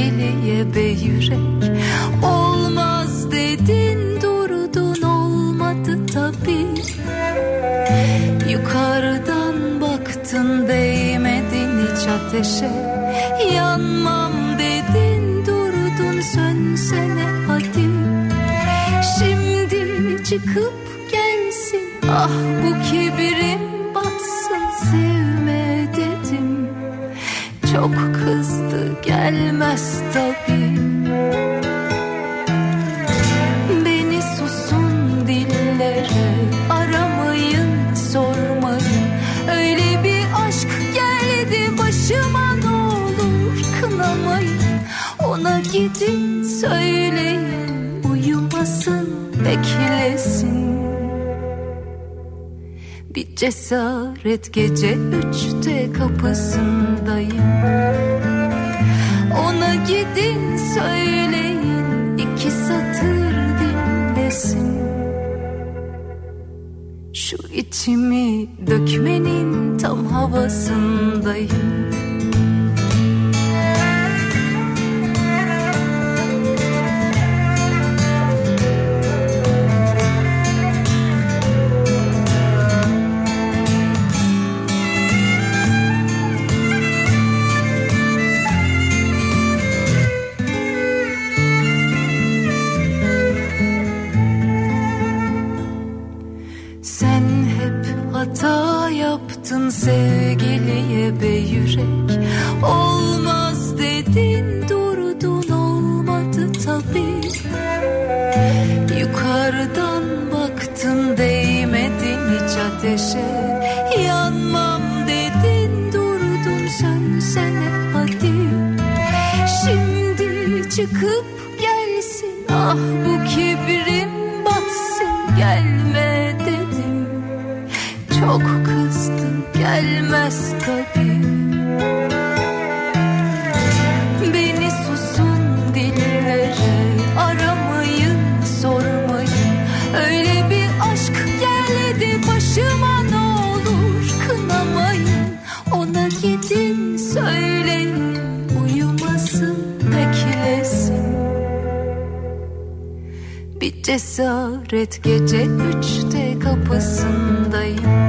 sevgiliye be yürek. Olmaz dedin durdun, olmadı tabii. Yukarıdan baktın değmedin hiç ateşe. Yanmam dedin durdun, sönsene hadi. Şimdi çıkıp gelsin, ah bu kibirim batsın. Sevme dedim, çok kızdı gelmez tabii. Beni susun dillere aramayın, sormayın. Öyle bir aşk geldi başıma, ne olur kınamayın. Ona gidin söyleyin, uyumasın beklesin. Bir cesaret gece 3'te kapısındayım. Ona gidin söyleyin, 2 satır dinlesin. Şu içimi dökmenin tam havasındayım. Hata yaptın sevgiliye be yürek. Olmaz dedin durdun, olmadı tabii. Yukarıdan baktın değmedin hiç ateşe. Yanmam dedin durdun, sönsene hadi. Şimdi çıkıp gelsin, ah bu kibrim batsın. Gelme dedim, çok kızdım gelmez tabii. Beni susun dillere aramayın, sormayın. Öyle bir aşk geldi başıma, ne olur kınamayın. Ona gidin söyleyin, uyumasın beklesin. Bir cesaret gece 3'te kapısındayım.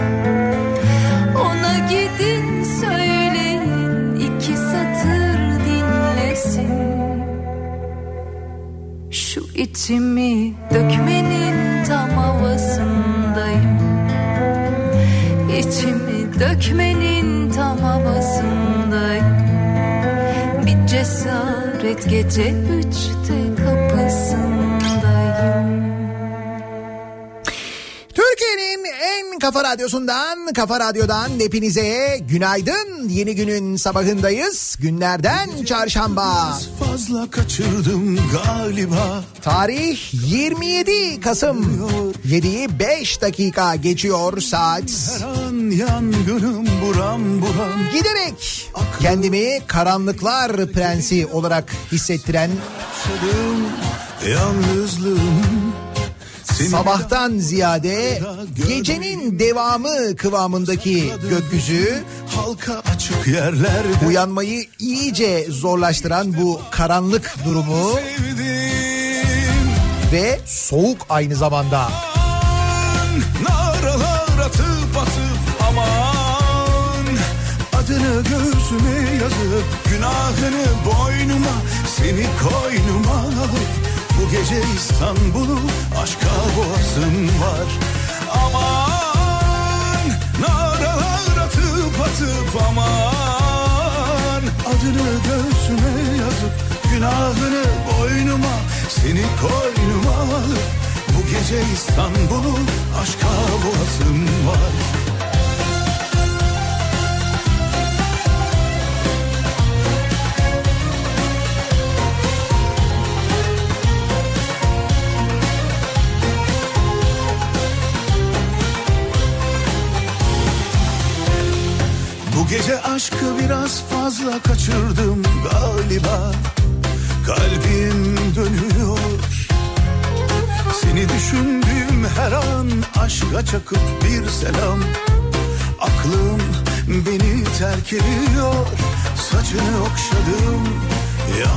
Ona gidin söyleyin, 2 satır dinlesin. Şu içimi dökmenin tam havasındayım. İçimi dökmenin tam havasındayım. Bir cesaret gece 3'te kapısındayım. Türkiye'nin en kafa radyosundan, Kafa Radyo'dan hepinize günaydın. Yeni günün sabahındayız. Günlerden çarşamba. Fazla kaçırdım galiba. Tarih 27 Kasım. 7'yi 5 dakika geçiyor saat. Her an yangınım buram buram. Giderek kendimi karanlıklar prensi olarak hissettiren, yalnızlığım sabahtan ziyade gecenin devamı kıvamındaki gökyüzü, halka açık yerlerde uyanmayı iyice zorlaştıran bu karanlık durumu ve soğuk aynı zamanda. Naralar atıp atıp aman, adını göğsüme yazıp günahını boynuma, seni koynuma alıp bu gece İstanbul'u aşka boğasım var. Aman, naralar atıp atıp aman, adını göğsüme yazıp günahını boynuma, seni koynuma alıp bu gece İstanbul'u aşka boğasım var. Bu gece aşkı biraz fazla kaçırdım galiba. Kalbim dönüyor. Seni düşündüğüm her an aşka çakıp bir selam. Aklım beni terk ediyor. Saçını okşadım,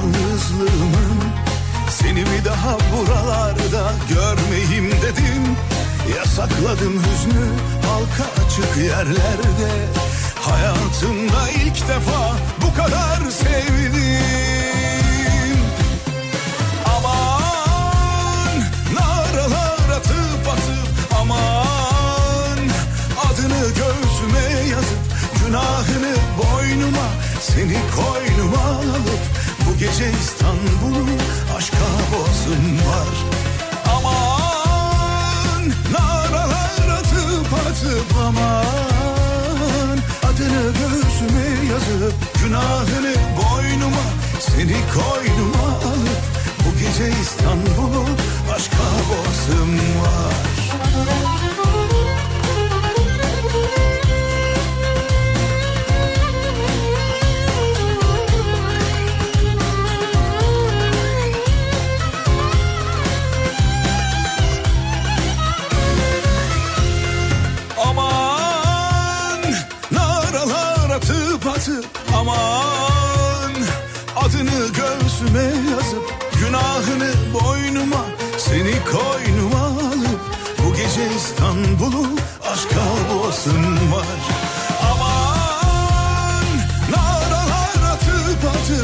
daha buralarda görmeyeyim dedim. Yasakladım hüznü halka açık yerlerde. Hayatımda ilk defa bu kadar sevdim. Aman naralar atıp aman adını göğsüme yazıp günahını boynuma seni koynuma alıp bu gece İstanbul'u aşka boğazım var. Aman naralar atıp aman adını göğsüme yazıp günahını boynuma seni koynuma alıp bu gece İstanbul'u aşka boğazım var. Aman adını göğsüme yazıp günahını boynuma seni koynuma alıp bu gece İstanbul'u aşka boğazım var. Aman naralar atıp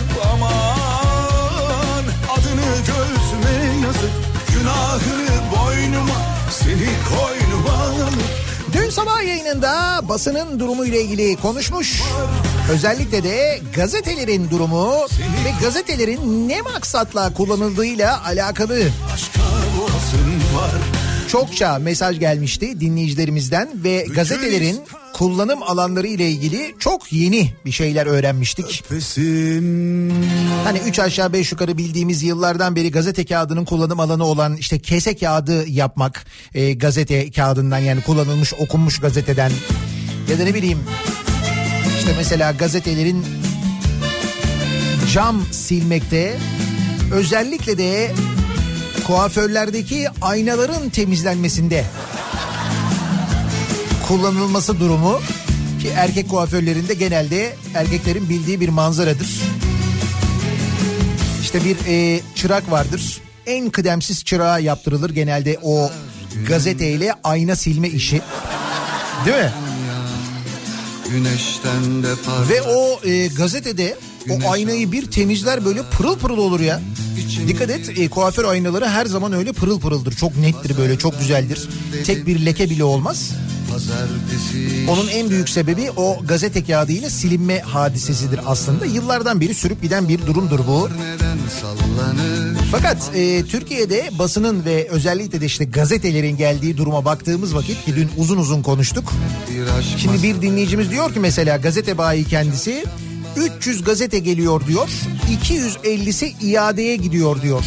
aman adını göğsüme yazıp günahını boynuma seni koynuma alıp. Dün sabah yayınında basının durumu ile ilgili konuşmuş. Özellikle de gazetelerin durumu ve gazetelerin ne maksatla kullanıldığıyla alakalı çokça mesaj gelmişti dinleyicilerimizden ve gazetelerin kullanım alanları ile ilgili çok yeni bir şeyler öğrenmiştik. Hani 3 aşağı 5 yukarı bildiğimiz yıllardan beri gazete kağıdının kullanım alanı olan işte kese kağıdı yapmak, gazete kağıdından yani kullanılmış okunmuş gazeteden ya da ne bileyim işte mesela gazetelerin cam silmekte, özellikle de kuaförlerdeki aynaların temizlenmesinde kullanılması durumu ki erkek kuaförlerinde genelde erkeklerin bildiği bir manzaradır. İşte bir çırak vardır. En kıdemsiz çırağa yaptırılır genelde o gazeteyle ayna silme işi. Değil mi? Ve o gazetede o aynayı bir temizler böyle pırıl pırıl olur ya. Dikkat et, kuaför aynaları her zaman öyle pırıl pırıldır. Çok nettir, böyle çok güzeldir. Tek bir leke bile olmaz. Onun en büyük sebebi o gazete kağıdıyla silinme hadisesidir aslında. Yıllardan beri sürüp giden bir durumdur bu. Fakat Türkiye'de basının ve özellikle de işte gazetelerin geldiği duruma baktığımız vakit ki dün uzun uzun konuştuk. Şimdi bir dinleyicimiz diyor ki mesela gazete bayi kendisi 300 gazete geliyor diyor, 250'si iadeye gidiyor diyor.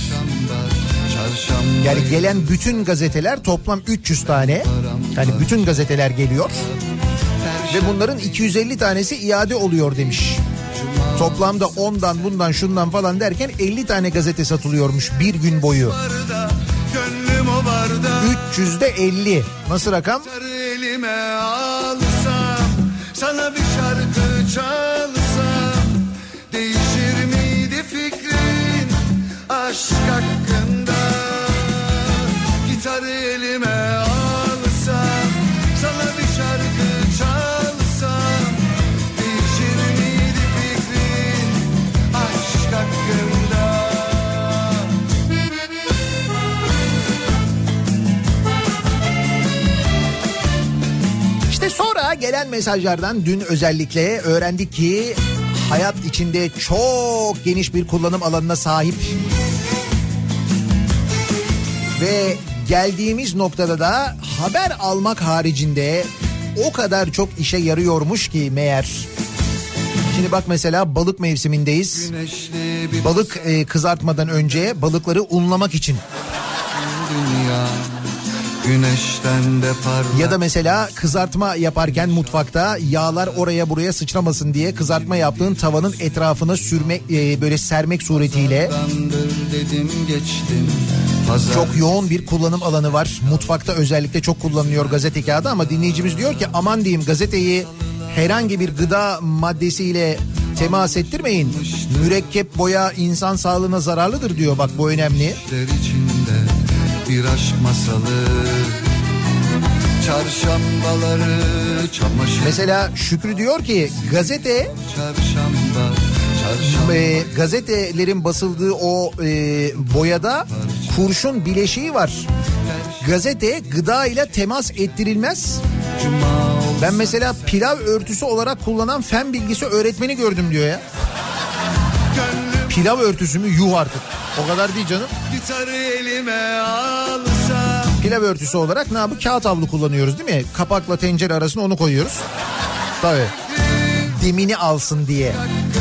Yani gelen bütün gazeteler toplam 300 tane. Yani bütün gazeteler geliyor. Ve bunların 250 tanesi iade oluyor demiş. Toplamda ondan bundan şundan falan derken 50 tane gazete satılıyormuş bir gün boyu. 300'de 50. Nasıl rakam? Elime alsam, sana bir şarkı çalsam, değişir miydi fikrin aşk hakkında? Gitarı elime alsam, sana bir şarkı çalsam, değişir miydi fikrin aşk hakkında? İşte sonra gelen mesajlardan dün özellikle öğrendik ki hayat içinde çok geniş bir kullanım alanına sahip. Ve geldiğimiz noktada da haber almak haricinde o kadar çok işe yarıyormuş ki meğer. Şimdi bak mesela balık mevsimindeyiz. Balık kızartmadan önce balıkları unlamak için. Ya da mesela kızartma yaparken mutfakta yağlar oraya buraya sıçramasın diye kızartma yaptığın tavanın etrafına sürmek, böyle sermek suretiyle çok yoğun bir kullanım alanı var. Mutfakta özellikle çok kullanılıyor gazete kağıdı ama dinleyicimiz diyor ki aman diyeyim gazeteyi herhangi bir gıda maddesiyle temas ettirmeyin. Mürekkep boya insan sağlığına zararlıdır diyor, bak bu önemli. İçinde bir aşk masalı, çarşambaları, çamaşır. Mesela Şükrü diyor ki gazete, gazetelerin basıldığı o boyada kurşun bileşiği var. Gazete gıda ile temas ettirilmez. Ben mesela pilav örtüsü olarak kullanan fen bilgisi öğretmeni gördüm diyor ya. Pilav örtüsü mü? Yuh artık. O kadar değil canım. Pilav örtüsü olarak ne yapıyor? Kağıt havlu kullanıyoruz değil mi? Kapakla tencere arasına onu koyuyoruz. Tabii. Demini alsın diye.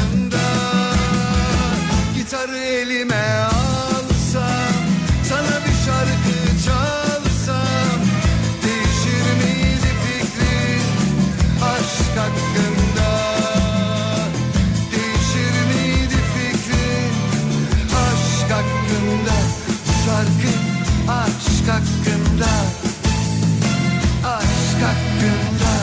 Gitarı elime alsam, sana bir şarkı çalsam, değişir miydi fikrin aşk hakkında? Değişir miydi fikrin aşk hakkında? Şarkı aşk hakkında, aşk hakkında.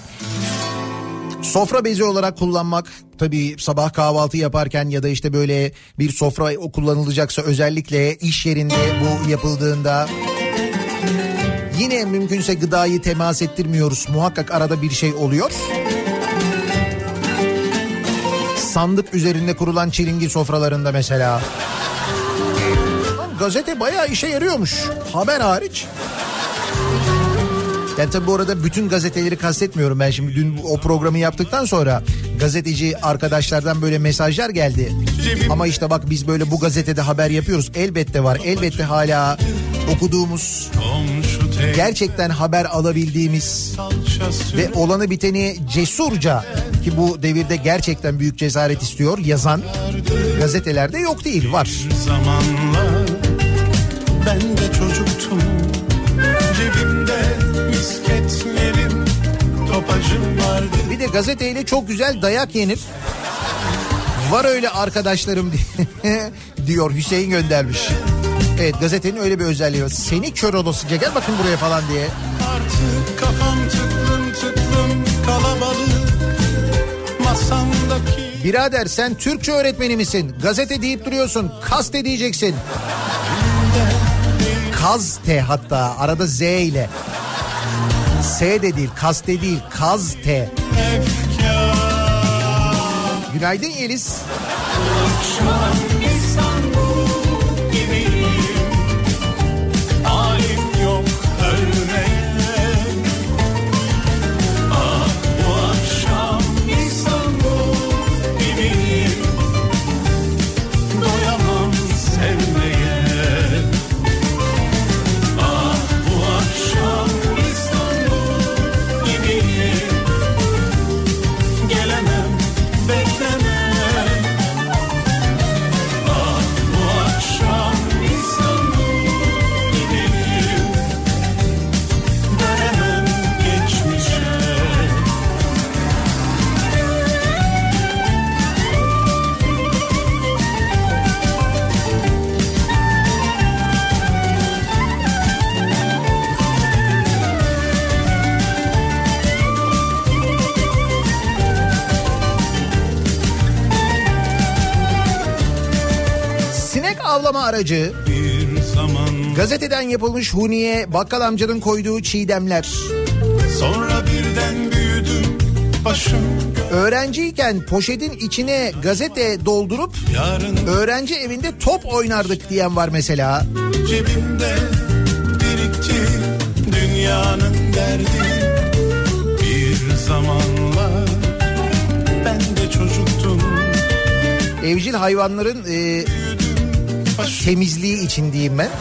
Sofra bezi olarak kullanmak, tabii sabah kahvaltı yaparken ya da işte böyle bir sofra kullanılacaksa, özellikle iş yerinde bu yapıldığında, yine mümkünse gıdayı temas ettirmiyoruz. Muhakkak arada bir şey oluyor. Sandık üzerinde kurulan çilingir sofralarında mesela. Gazete bayağı işe yarıyormuş. Haber hariç. Yani tabii bu arada bütün gazeteleri kastetmiyorum ben şimdi. Dün o programı yaptıktan sonra gazeteci arkadaşlardan böyle mesajlar geldi. Ama işte bak biz böyle bu gazetede haber yapıyoruz. Elbette var. Elbette hala okuduğumuz, gerçekten haber alabildiğimiz ve olanı biteni cesurca, ki bu devirde gerçekten büyük cesaret istiyor, yazan gazetelerde yok değil, var. Zamanla ben de çocuktum. Cebimde misketlerim, topacım vardı. Bir de gazeteyle çok güzel dayak yenir. Var öyle arkadaşlarım diyor, Hüseyin göndermiş. Evet, gazetenin öyle bir özelliği var. Seni kör olasıca gel bakın buraya falan diye. Artık kafam tıklım tıklım kalabalık masamdaki. Birader sen Türkçe öğretmeni misin? Gazete deyip duruyorsun. Kaste diyeceksin. Kazte, hatta arada Z ile. S de değil, kaste değil, kazte. Günaydın Yeliz. Avlama aracı, gazeteden yapılmış huniye, bakkal amcanın koyduğu çiğdemler. Sonra birden büyüdüm başım. Öğrenciyken poşetin içine gazete doldurup öğrenci evinde top oynardık diyen var mesela. Cebimde birikti dünyanın derdi. Bir zamanlar ben de çocuktum. Evcil hayvanların temizliği için diyeyim ben.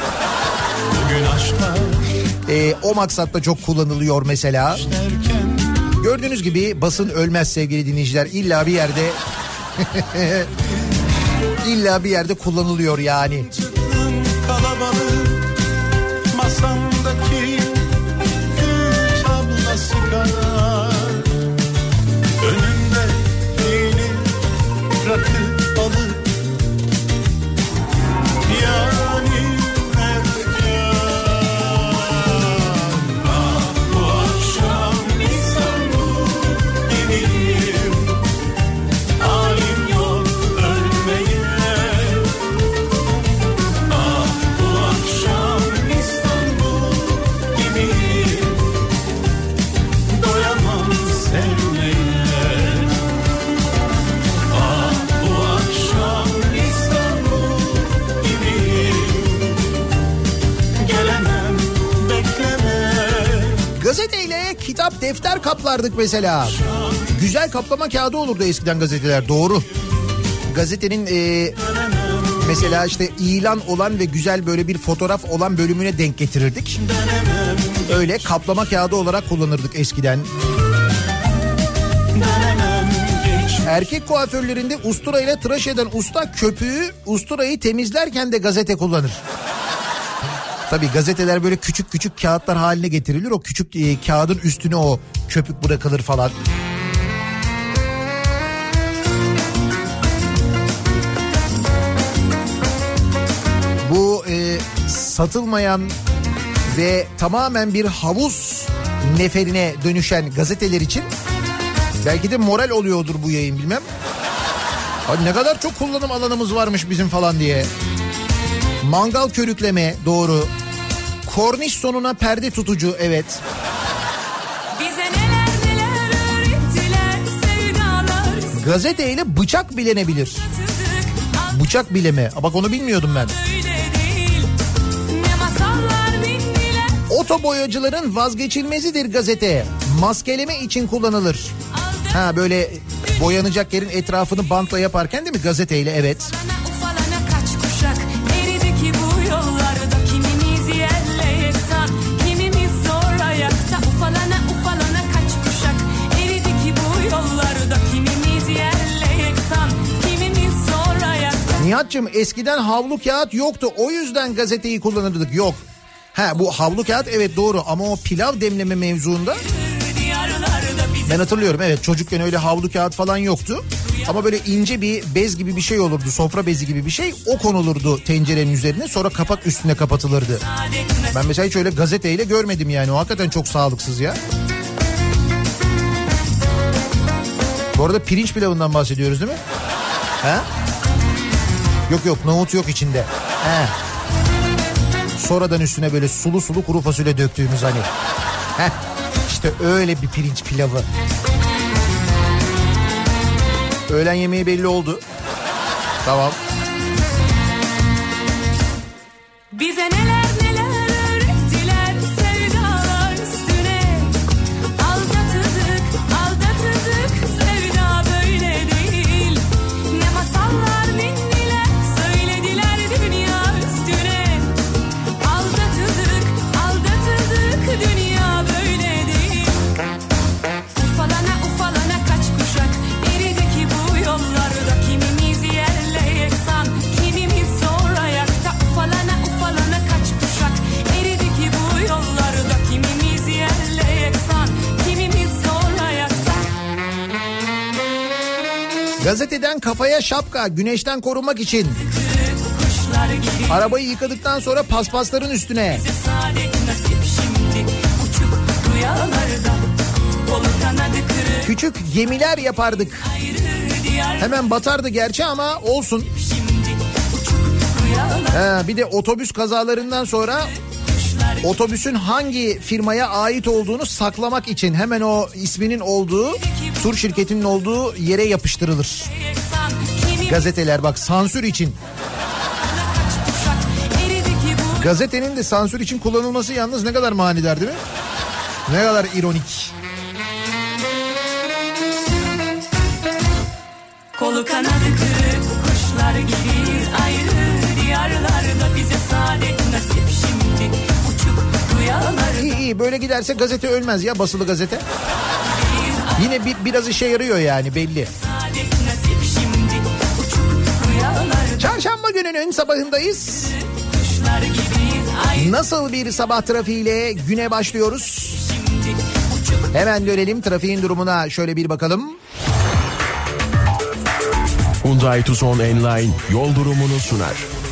O maksatta çok kullanılıyor mesela. Gördüğünüz gibi basın ölmez sevgili dinleyiciler. İlla bir yerde kullanılıyor yani. Kalabalık masamdaki gül tablası kadar. Önümde peynir, rakı, balık. Yani bu akşam İstanbul gibiyim. defter kaplardık mesela. Güzel kaplama kağıdı olurdu eskiden gazeteler, doğru. Gazetenin mesela işte ilan olan ve güzel böyle bir fotoğraf olan bölümüne denk getirirdik. Öyle kaplama kağıdı olarak kullanırdık eskiden. Erkek kuaförlerinde usturayla tıraş eden usta köpüğü usturayı temizlerken de gazete kullanır. Tabii gazeteler böyle küçük küçük kağıtlar haline getirilir. O küçük kağıdın üstüne o köpük bırakılır falan. Bu satılmayan ve tamamen bir havuz neferine dönüşen gazeteler için belki de moral oluyordur bu yayın, bilmem. Hadi ne kadar çok kullanım alanımız varmış bizim falan diye. Mangal körükleme, doğru. Korniş sonuna perde tutucu, evet. Bize neler neler öğrettiler sevdalar. Gazeteyle bıçak bilenebilir. Bıçak bileme. Bak onu bilmiyordum ben. Oto boyacıların vazgeçilmezidir gazete. Maskeleme için kullanılır. Ha böyle boyanacak yerin etrafını bantla yaparken değil mi, gazeteyle, evet. Nihat'cığım eskiden havlu kağıt yoktu, o yüzden gazeteyi kullanırdık. Yok. Ha bu havlu kağıt, evet doğru, ama o pilav demleme mevzuunda ben hatırlıyorum, evet, çocukken öyle havlu kağıt falan yoktu. Ama böyle ince bir bez gibi bir şey olurdu, sofra bezi gibi bir şey, o konulurdu tencerenin üzerine, sonra kapak üstüne kapatılırdı. Ben mesela hiç öyle gazeteyle görmedim yani, o hakikaten çok sağlıksız ya. Bu arada pirinç pilavından bahsediyoruz değil mi? Ha? Yok nohut yok içinde. He. Sonradan üstüne böyle sulu sulu kuru fasulye döktüğümüz hani. Heh. İşte öyle bir pirinç pilavı. Öğlen yemeği belli oldu. Tamam. Bize neler neler öğrettiler sevdalar üstüne. Aldatıldık sevda böyle değil. Ne masallar ninniler söylediler dünya üstüne. Aldatıldık dünya böyle değil. Ufalana kaç kuşak eridi ki bu yollarda. Kimimiz yerle yeksan, kimimiz zor ayakta. Ufalana kaç kuşak eridi ki bu yollarda. Kimimiz yerle yeksan, kimimiz zor ayakta. Gazeteden kafaya şapka, güneşten korunmak için. Arabayı yıkadıktan sonra paspasların üstüne. Küçük gemiler yapardık. Hemen batardı gerçi ama olsun. Bir de otobüs kazalarından sonra otobüsün hangi firmaya ait olduğunu saklamak için hemen o isminin olduğu, tur şirketinin olduğu yere yapıştırılır. Gazeteler, bak, sansür için. Gazetenin de sansür için kullanılması yalnız ne kadar manidar değil mi? Ne kadar ironik. Kolu kanadı kırık kuşlar gibiyiz ayrı diyarlarda. Bize saadet nasip şimdi uçup rüyalarda. İyi böyle giderse gazete ölmez ya, basılı gazete. Yine biraz işe yarıyor yani, belli. Saadet nasip şimdi uçup rüyalarda. Çarşamba gününün sabahındayız. Kuşlar gibiyiz ayrı. Nasıl bir sabah trafiğiyle güne başlıyoruz? Hemen dönelim trafiğin durumuna, şöyle bir bakalım. Hyundai Tucson Enline yol durumunu sunar.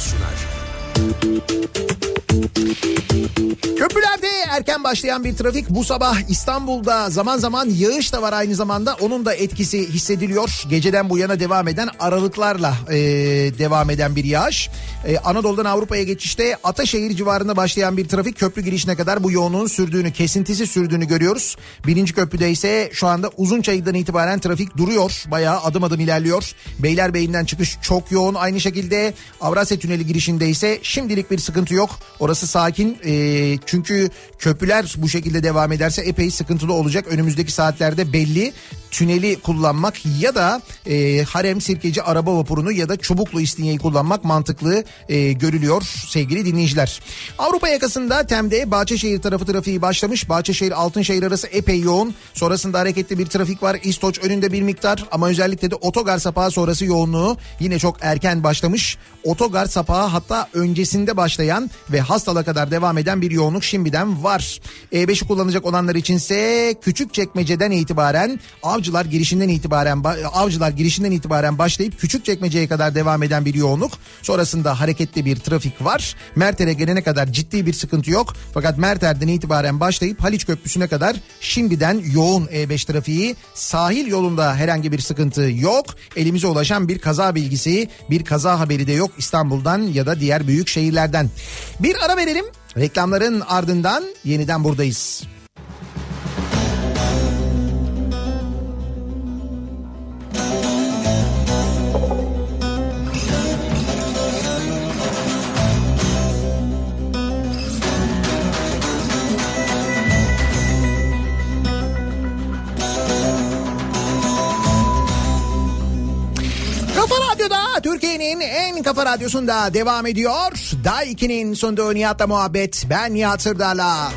Köprülerde erken başlayan bir trafik bu sabah. İstanbul'da zaman zaman yağış da var, aynı zamanda onun da etkisi hissediliyor. Geceden bu yana devam eden, aralıklarla devam eden bir yağış. Anadolu'dan Avrupa'ya geçişte Ataşehir civarında başlayan bir trafik köprü girişine kadar bu yoğunluğun sürdüğünü, kesintisiz sürdüğünü görüyoruz. Birinci köprüde ise şu anda Uzunçayır'dan itibaren trafik duruyor. Bayağı adım adım ilerliyor. Beylerbeyi'nden çıkış çok yoğun. Aynı şekilde Avrasya Tüneli girişinde ise şimdilik bir sıkıntı yok. Orası sakin çünkü köprüler bu şekilde devam ederse epey sıkıntılı olacak. Önümüzdeki saatlerde belli. Tüneli kullanmak ya da Harem Sirkeci araba vapurunu ya da Çubuklu İstinye'yi kullanmak mantıklı görülüyor sevgili dinleyiciler. Avrupa yakasında Tem'de Bahçeşehir tarafı trafiği başlamış. Bahçeşehir-Altınşehir arası epey yoğun. Sonrasında hareketli bir trafik var. İstoç önünde bir miktar ama özellikle de otogar sapağı sonrası yoğunluğu yine çok erken başlamış. Otogar sapağı hatta öncesinde başlayan ve Hastal'a kadar devam eden bir yoğunluk şimdiden var. E5'i kullanacak olanlar içinse Küçükçekmece'den itibaren Avcılar girişinden itibaren başlayıp Küçükçekmece'ye kadar devam eden bir yoğunluk. Sonrasında hareketli bir trafik var. Merter'e gelene kadar ciddi bir sıkıntı yok. Fakat Merter'den itibaren başlayıp Haliç Köprüsü'ne kadar şimdiden yoğun E5 trafiği. Sahil yolunda herhangi bir sıkıntı yok. Elimize ulaşan bir kaza bilgisi, bir kaza haberi de yok İstanbul'dan ya da diğer büyük şehirlerden. Bir ara verelim. Reklamların ardından yeniden buradayız. Türkiye'nin en kafa radyosunda devam ediyor. Daiki'nin sunduğu Nihat'la muhabbet. Ben Nihat Sırdar'la.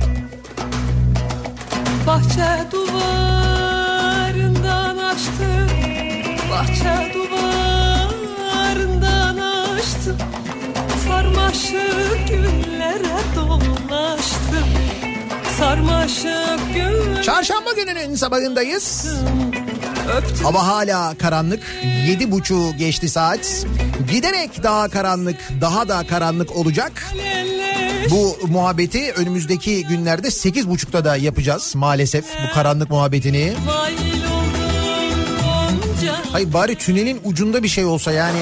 Bahçe duvarından açtım, bahçe duvarından açtım, sarmaşık güllere dolaştım, sarmaşık güllere. Çarşamba gününün sabahındayız. Hava hala karanlık. 7.30 geçti saat. Giderek daha karanlık, daha da karanlık olacak. Bu muhabbeti önümüzdeki günlerde 8.30'da da yapacağız maalesef, bu karanlık muhabbetini. Hayır, bari tünelin ucunda bir şey olsa yani.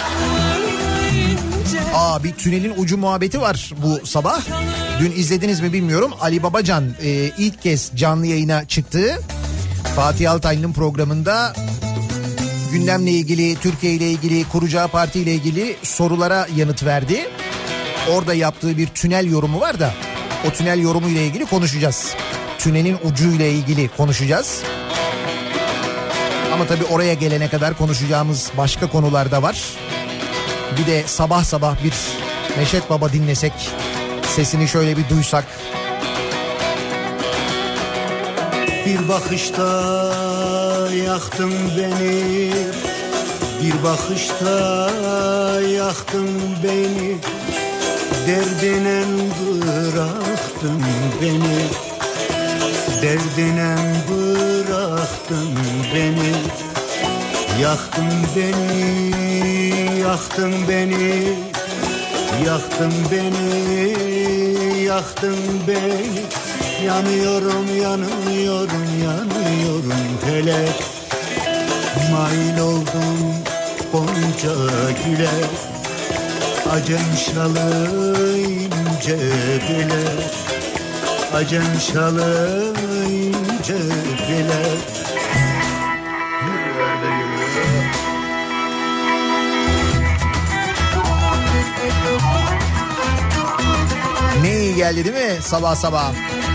Bir tünelin ucu muhabbeti var bu sabah. Dün izlediniz mi bilmiyorum. Ali Babacan ilk kez canlı yayına çıktı. Fatih Altaylı'nın programında gündemle ilgili, Türkiye ile ilgili, kuracağı parti ile ilgili sorulara yanıt verdi. Orada yaptığı bir tünel yorumu var da o tünel yorumu ile ilgili konuşacağız. Tünelin ucu ile ilgili konuşacağız. Ama tabii oraya gelene kadar konuşacağımız başka konular da var. Bir de sabah sabah bir Neşet Baba dinlesek, sesini şöyle bir duysak. Bir bakışta yaktın beni, bir bakışta yaktın beni, derdine bıraktın beni, derdine bıraktın beni, yaktın beni, yaktın beni, yaktın beni, yaktın beni. Yanıyorum, yanıyorum, yanıyorum felek. Mail oldum gonca güle, acem şalı ince bile, acem şalı ince bile. Ne iyi geldi değil mi sabah sabah?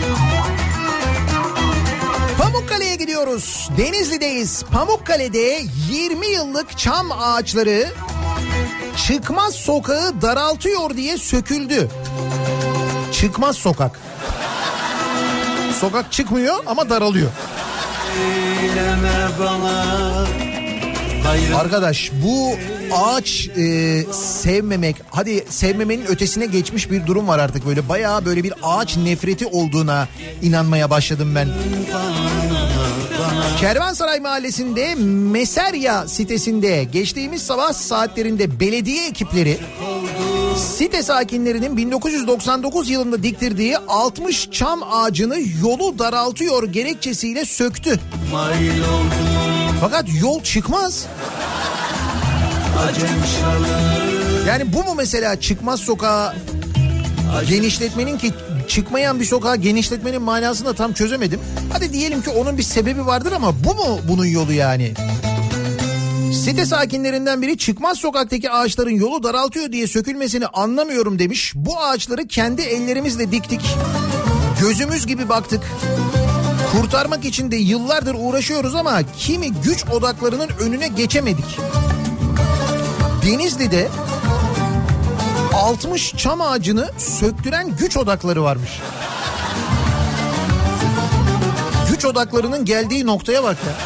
Pamukkale'ye gidiyoruz. Denizli'deyiz. Pamukkale'de 20 yıllık çam ağaçları çıkmaz sokağı daraltıyor diye söküldü. Çıkmaz sokak. Sokak çıkmıyor ama daralıyor. Arkadaş bu ağaç sevmemek, hadi sevmemenin ötesine geçmiş bir durum var artık, böyle bayağı böyle bir ağaç nefreti olduğuna inanmaya başladım ben. Kervansaray Mahallesi'nde Meserya sitesinde geçtiğimiz sabah saatlerinde belediye ekipleri site sakinlerinin 1999 yılında diktirdiği 60 çam ağacını yolu daraltıyor gerekçesiyle söktü. Fakat yol çıkmaz. Yani bu mu mesela çıkmaz sokağı genişletmenin, ki çıkmayan bir sokağı genişletmenin manasını da tam çözemedim. Hadi diyelim ki onun bir sebebi vardır ama bu mu bunun yolu yani? Site sakinlerinden biri çıkmaz sokaktaki ağaçların yolu daraltıyor diye sökülmesini anlamıyorum demiş. Bu ağaçları kendi ellerimizle diktik. Gözümüz gibi baktık. Kurtarmak için de yıllardır uğraşıyoruz ama kimi güç odaklarının önüne geçemedik. Denizli'de 60 çam ağacını söktüren güç odakları varmış. Güç odaklarının geldiği noktaya bak ya.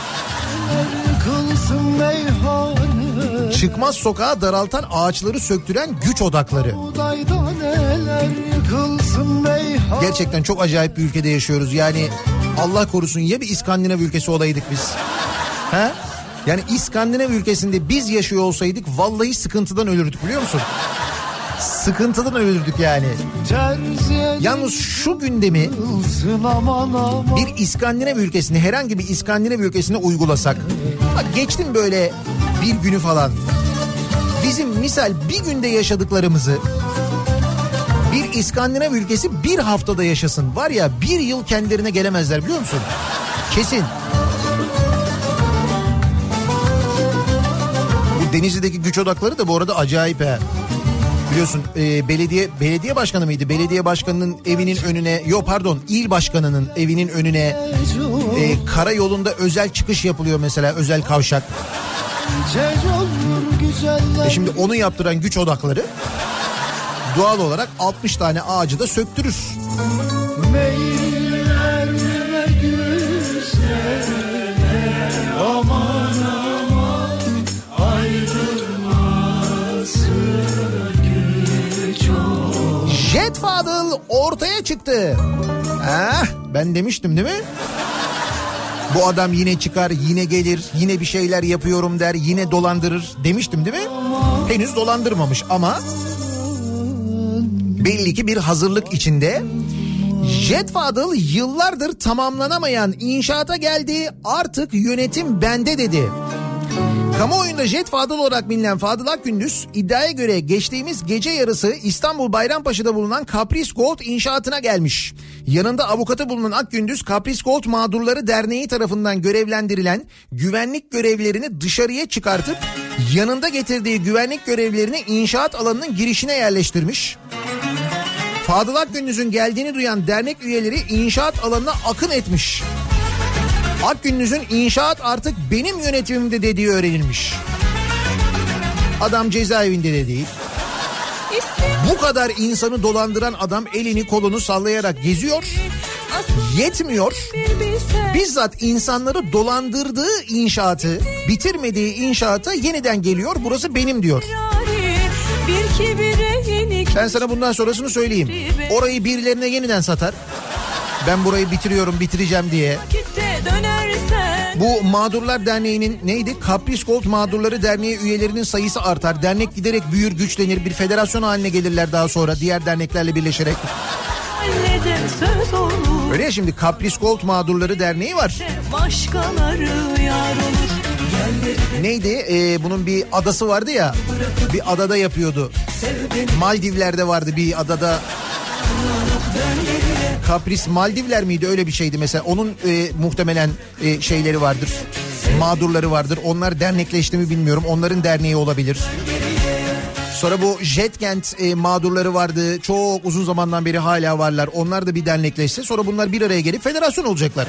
Çıkmaz sokağa daraltan ağaçları söktüren güç odakları. Gerçekten çok acayip bir ülkede yaşıyoruz. Yani Allah korusun ya bir İskandinav ülkesi olaydık biz. He? Yani İskandinav ülkesinde biz yaşıyor olsaydık vallahi sıkıntıdan ölürdük, biliyor musun? Sıkıntıdan ölürdük yani. Yalnız şu gündemi bir İskandinav ülkesine, herhangi bir İskandinav ülkesine uygulasak. Bak geçtim böyle bir günü falan. Bizim misal bir günde yaşadıklarımızı bir İskandinav ülkesi bir haftada yaşasın. Var ya, bir yıl kendilerine gelemezler, biliyor musun? Kesin. Bu Denizli'deki güç odakları da bu arada acayip he. Biliyorsun belediye başkanı mıydı? Belediye başkanının evinin önüne, il başkanının evinin önüne karayolunda özel çıkış yapılıyor mesela, özel kavşak. Şimdi onu yaptıran güç odakları doğal olarak 60 tane ağacı da söktürür. Jet Fadıl ortaya çıktı. Ben demiştim değil mi? Bu adam yine çıkar, yine gelir, yine bir şeyler yapıyorum der, yine dolandırır demiştim değil mi? Henüz dolandırmamış ama belli ki bir hazırlık içinde. Jet Fadıl yıllardır tamamlanamayan inşaata geldi, artık yönetim bende dedi. Kamuoyunda Jet Fadıl olarak bilinen Fadıl Akgündüz iddiaya göre geçtiğimiz gece yarısı İstanbul Bayrampaşa'da bulunan Kapris Gold inşaatına gelmiş. Yanında avukatı bulunan Akgündüz, Kapris Gold Mağdurları Derneği tarafından görevlendirilen güvenlik görevlilerini dışarıya çıkartıp yanında getirdiği güvenlik görevlilerini inşaat alanının girişine yerleştirmiş. Fadıl Akgündüz'ün geldiğini duyan dernek üyeleri inşaat alanına akın etmiş. Akgündüz'ün inşaat artık benim yönetimimde dediği öğrenilmiş. Adam cezaevinde de değil. Bu kadar insanı dolandıran adam elini kolunu sallayarak geziyor. Yetmiyor. Bizzat insanları dolandırdığı inşaatı, bitirmediği inşaata yeniden geliyor. Burası benim diyor. Ben sana bundan sonrasını söyleyeyim. Orayı birilerine yeniden satar. Ben burayı bitiriyorum, bitireceğim diye. Bu Mağdurlar Derneği'nin neydi? Kapris Gold Mağdurları Derneği üyelerinin sayısı artar. Dernek giderek büyür, güçlenir. Bir federasyon haline gelirler daha sonra diğer derneklerle birleşerek. Öyle ya, şimdi Kapris Gold Mağdurları Derneği var. Neydi? Bunun bir adası vardı ya. Bir adada yapıyordu. Maldivler'de vardı bir adada. Kapris Maldivler miydi, öyle bir şeydi mesela. Onun muhtemelen şeyleri vardır. Mağdurları vardır. Onlar dernekleşti mi bilmiyorum. Onların derneği olabilir. Sonra bu Jetkent mağdurları vardı. Çok uzun zamandan beri hala varlar. Onlar da bir dernekleşse sonra bunlar bir araya gelip federasyon olacaklar.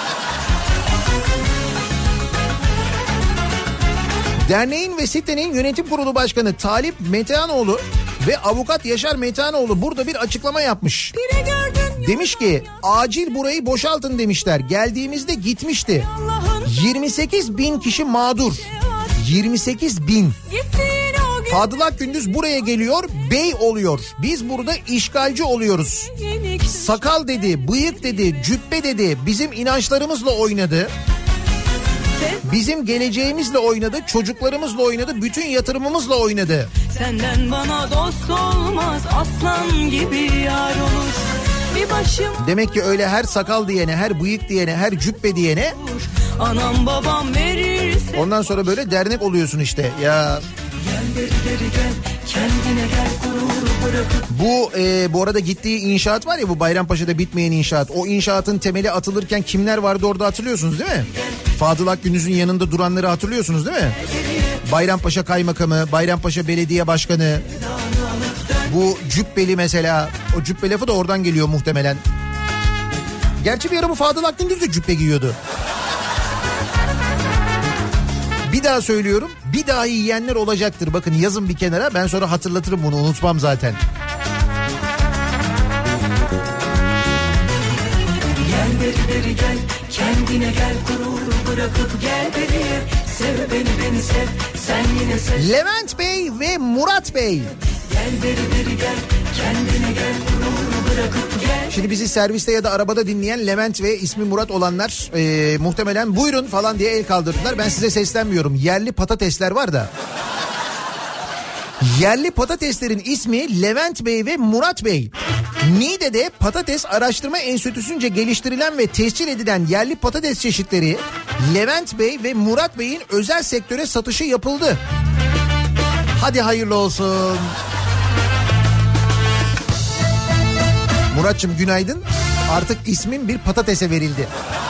Derneğin ve sitenin yönetim kurulu başkanı Talip Meteanoğlu ve avukat Yaşar Meteanoğlu burada bir açıklama yapmış. Demiş ki acil burayı boşaltın demişler. Geldiğimizde gitmişti. 28 bin kişi mağdur. 28 bin. Fadıl Akgündüz buraya geliyor, bey oluyor. Biz burada işgalci oluyoruz. Sakal dedi, bıyık dedi, cübbe dedi. Bizim inançlarımızla oynadı. Bizim geleceğimizle oynadı, çocuklarımızla oynadı, bütün yatırımımızla oynadı. Senden bana dost olmaz, aslan gibi yar olur. Bir başım... Demek ki öyle her sakal diyene, her bıyık diyene, her cübbe diyene... Anam babam verirse... Ondan sonra böyle dernek oluyorsun işte ya. Gel gel, kendine gel, gurur bırakıp... Bu arada gittiği inşaat var ya, bu Bayrampaşa'da bitmeyen inşaat. O inşaatın temeli atılırken kimler vardı orada, hatırlıyorsunuz değil mi? Fadıl Akgündüz'ün yanında duranları hatırlıyorsunuz değil mi? Bayrampaşa Kaymakamı, Bayrampaşa Belediye Başkanı, bu cübbeli mesela, o cübbe lafı da oradan geliyor muhtemelen. Gerçi bir ara bu Fadıl Akdeniz de cübbe giyiyordu. Bir daha söylüyorum, bir daha yiyenler olacaktır. Bakın yazın bir kenara, ben sonra hatırlatırım bunu, unutmam zaten. Gel beri beri gel, kendine gel, gururu bırakıp gel beri. Sev beni sev, sen yine sev. Levent Bey ve Murat Bey. Gel beri beri gel, kendine gel, gururu bırakıp gel. Şimdi bizi serviste ya da arabada dinleyen Levent ve ismi Murat olanlar muhtemelen buyurun falan diye el kaldırdılar. Ben size seslenmiyorum. Yerli patatesler var da. Yerli patateslerin ismi Levent Bey ve Murat Bey. Niğde'de Patates Araştırma Enstitüsü'nce geliştirilen ve tescil edilen yerli patates çeşitleri Levent Bey ve Murat Bey'in özel sektöre satışı yapıldı. Hadi hayırlı olsun. Muratçım günaydın. Artık ismin bir patatese verildi.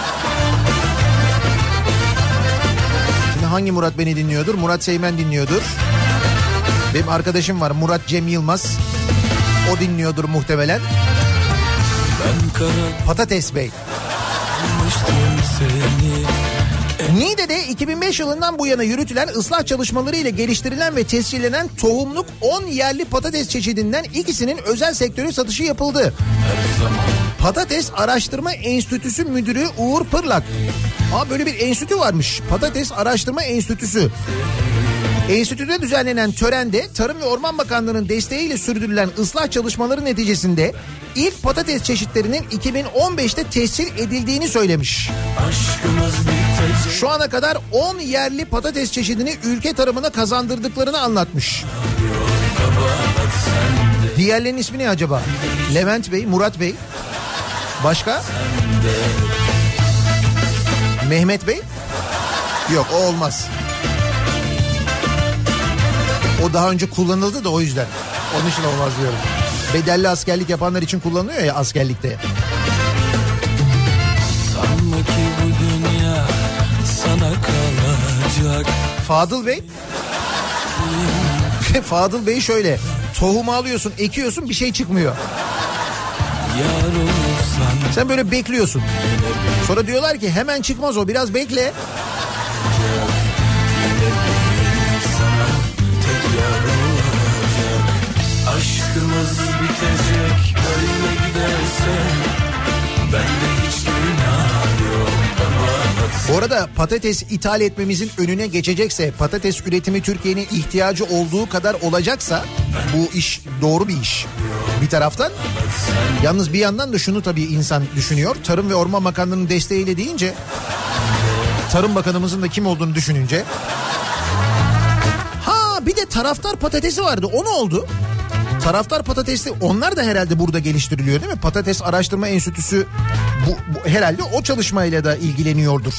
Şimdi hangi Murat beni dinliyordur? Murat Seymen dinliyordur. Benim arkadaşım var Murat Cem Yılmaz. O dinliyordur muhtemelen. Patates Bey. Niğde'de 2005 yılından bu yana yürütülen ıslah çalışmaları ile geliştirilen ve tescillenen tohumluk 10 yerli patates çeşidinden ikisinin özel sektöre satışı yapıldı. Patates Araştırma Enstitüsü Müdürü Uğur Pırlak. Böyle bir enstitü varmış. Patates Araştırma Enstitüsü. Enstitüde düzenlenen törende Tarım ve Orman Bakanlığı'nın desteğiyle sürdürülen ıslah çalışmaları neticesinde ilk patates çeşitlerinin 2015'te tescil edildiğini söylemiş. Şu ana kadar 10 yerli patates çeşidini ülke tarımına kazandırdıklarını anlatmış. Diğerlerinin ismi ne acaba? Levent Bey, Murat Bey. Başka? Mehmet Bey? Yok, o olmaz. O daha önce kullanıldı da o yüzden. Onun için olmaz diyorum. Bedelli askerlik yapanlar için kullanılıyor ya askerlikte. Sanma ki bu dünya sana kalacak. Fadıl Bey. Fadıl Bey şöyle. Tohumu alıyorsun, ekiyorsun, bir şey çıkmıyor. Sen böyle bekliyorsun. Sonra diyorlar ki hemen çıkmaz o, biraz bekle. Aşkımız bitecek böyle giderse, bende hiç günah yok. Bu arada patates ithal etmemizin önüne geçecekse, patates üretimi Türkiye'nin ihtiyacı olduğu kadar olacaksa bu iş doğru bir iş. Bir taraftan, yalnız bir yandan da şunu tabii insan düşünüyor. Tarım ve Orman Bakanlığı'nın desteğiyle deyince, Tarım Bakanımızın da kim olduğunu düşününce. Bir de taraftar patatesi vardı, o ne oldu? Taraftar patatesi, onlar da herhalde burada geliştiriliyor değil mi? Patates Araştırma Enstitüsü bu herhalde o çalışmayla da ilgileniyordur.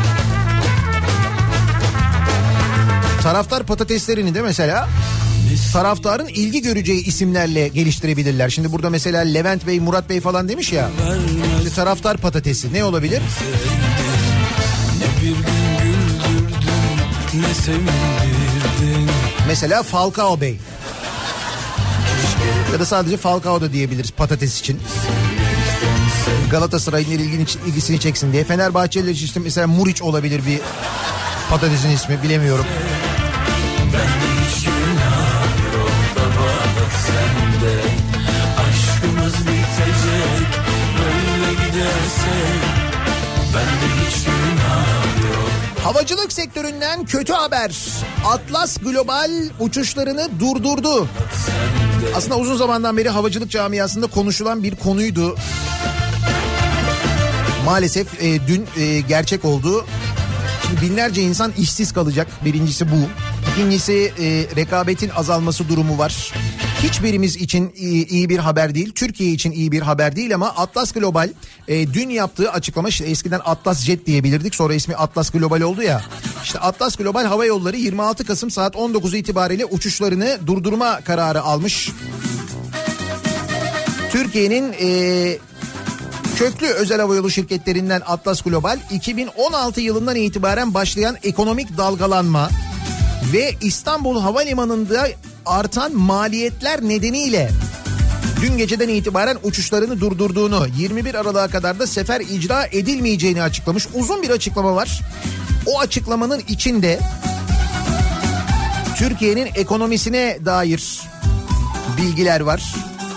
Taraftar patateslerini de mesela taraftarın ilgi göreceği isimlerle geliştirebilirler. Şimdi burada mesela Levent Bey, Murat Bey falan demiş ya. İşte taraftar patatesi ne olabilir? Ne bir gün güldürdün, ne sevindirdin. Mesela Falcao Bey. Ya da sadece Falcao da diyebiliriz patates için. Galatasaray'ın ilgisini çeksin diye. Fenerbahçeliler için işte mesela Muriç olabilir bir patatesin ismi, bilemiyorum. Bende hiç günah yok baba, bak sen de. Aşkımız bitecek böyle giderse, bende hiç günah yok. Havacılık sektöründen kötü haber. Atlas Global uçuşlarını durdurdu. Aslında uzun zamandan beri havacılık camiasında konuşulan bir konuydu. Maalesef dün gerçek oldu. Şimdi binlerce insan işsiz kalacak. Birincisi bu. İkincisi rekabetin azalması durumu var. Hiçbirimiz için iyi bir haber değil. Türkiye için iyi bir haber değil ama Atlas Global dün yaptığı açıklama, işte eskiden Atlas Jet diyebilirdik, sonra ismi Atlas Global oldu ya. İşte Atlas Global Hava Yolları 26 Kasım saat 19'u itibariyle uçuşlarını durdurma kararı almış. Türkiye'nin köklü özel havayolu şirketlerinden Atlas Global 2016 yılından itibaren başlayan ekonomik dalgalanma ve İstanbul Havalimanı'nda artan maliyetler nedeniyle dün geceden itibaren uçuşlarını durdurduğunu, 21 Aralık'a kadar da sefer icra edilmeyeceğini açıklamış. Uzun bir açıklama var. O açıklamanın içinde Türkiye'nin ekonomisine dair bilgiler var.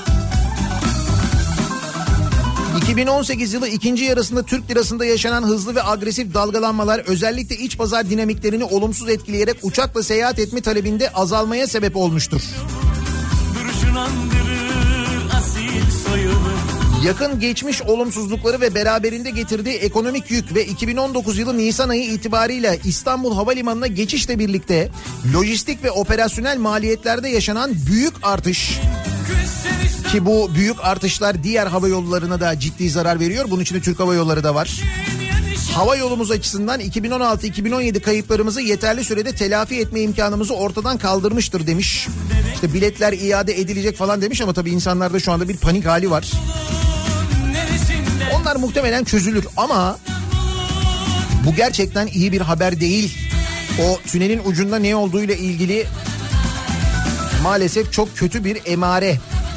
2018 yılı ikinci yarısında Türk lirasında yaşanan hızlı ve agresif dalgalanmalar özellikle iç pazar dinamiklerini olumsuz etkileyerek uçakla seyahat etme talebinde azalmaya sebep olmuştur. Yakın geçmiş olumsuzlukları ve beraberinde getirdiği ekonomik yük ve 2019 yılı Nisan ayı itibariyle İstanbul Havalimanı'na geçişle birlikte lojistik ve operasyonel maliyetlerde yaşanan büyük artış, ki bu büyük artışlar diğer hava yollarına da ciddi zarar veriyor. Bunun içinde Türk Hava Yolları da var. Hava yolumuz açısından 2016-2017 kayıplarımızı yeterli sürede telafi etme imkanımızı ortadan kaldırmıştır demiş. İşte biletler iade edilecek falan demiş ama tabii insanlarda şu anda bir panik hali var. Onlar muhtemelen çözülür ama bu gerçekten iyi bir haber değil. O tünelin ucunda ne olduğuyla ilgili maalesef çok kötü bir emare.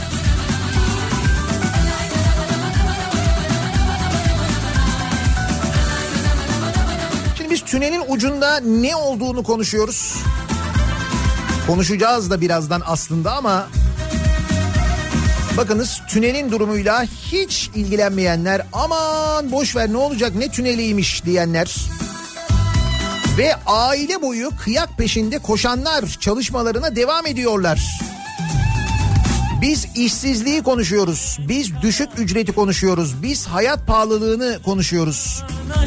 Şimdi biz tünelin ucunda ne olduğunu konuşuyoruz. Konuşacağız da birazdan aslında ama bakınız tünelin durumuyla hiç ilgilenmeyenler, aman boşver ne olacak ne tüneliymiş diyenler ve aile boyu kıyak peşinde koşanlar çalışmalarına devam ediyorlar. Biz işsizliği konuşuyoruz, biz düşük ücreti konuşuyoruz, biz hayat pahalılığını konuşuyoruz.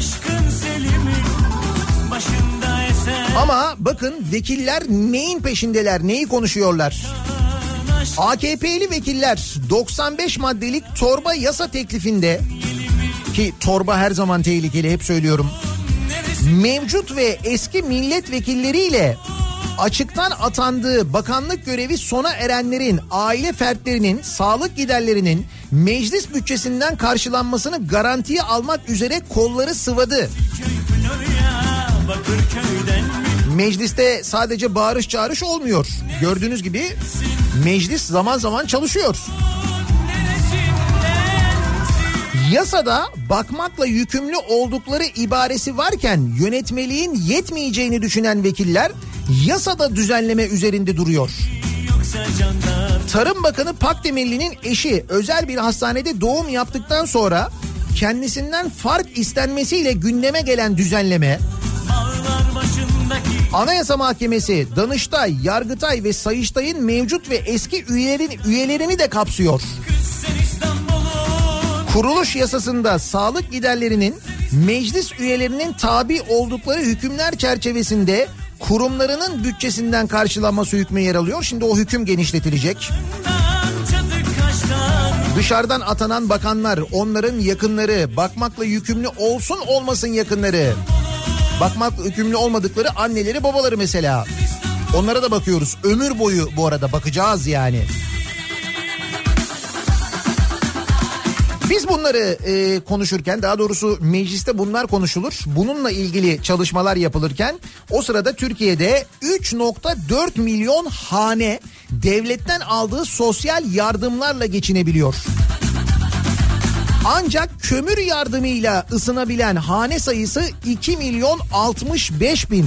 Ama bakın vekiller neyin peşindeler, neyi konuşuyorlar? AKP'li vekiller 95 maddelik torba yasa teklifinde, ki torba her zaman tehlikeli hep söylüyorum, mevcut ve eski milletvekilleriyle açıktan atandığı bakanlık görevi sona erenlerin aile fertlerinin sağlık giderlerinin meclis bütçesinden karşılanmasını garantiye almak üzere kolları sıvadı. Mecliste sadece bağırış çağırış olmuyor. Gördüğünüz gibi meclis zaman zaman çalışıyor. Yasada bakmakla yükümlü oldukları ibaresi varken yönetmeliğin yetmeyeceğini düşünen vekiller yasada düzenleme üzerinde duruyor. Tarım Bakanı Pakdemirli'nin eşi özel bir hastanede doğum yaptıktan sonra kendisinden fark istenmesiyle gündeme gelen düzenleme, Anayasa Mahkemesi, Danıştay, Yargıtay ve Sayıştay'ın mevcut ve eski üyelerini de kapsıyor. Kuruluş yasasında sağlık giderlerinin meclis üyelerinin tabi oldukları hükümler çerçevesinde kurumlarının bütçesinden karşılanması hükmü yer alıyor. Şimdi o hüküm genişletilecek. Dışarıdan atanan bakanlar, onların yakınları, bakmakla yükümlü olsun olmasın yakınları, bakmakla yükümlü olmadıkları anneleri, babaları mesela. Onlara da bakıyoruz. Ömür boyu bu arada bakacağız yani. Biz bunları konuşurken, daha doğrusu mecliste bunlar konuşulur. Bununla ilgili çalışmalar yapılırken o sırada Türkiye'de 3.4 milyon hane devletten aldığı sosyal yardımlarla geçinebiliyor. Ancak kömür yardımıyla ısınabilen hane sayısı 2.065.000.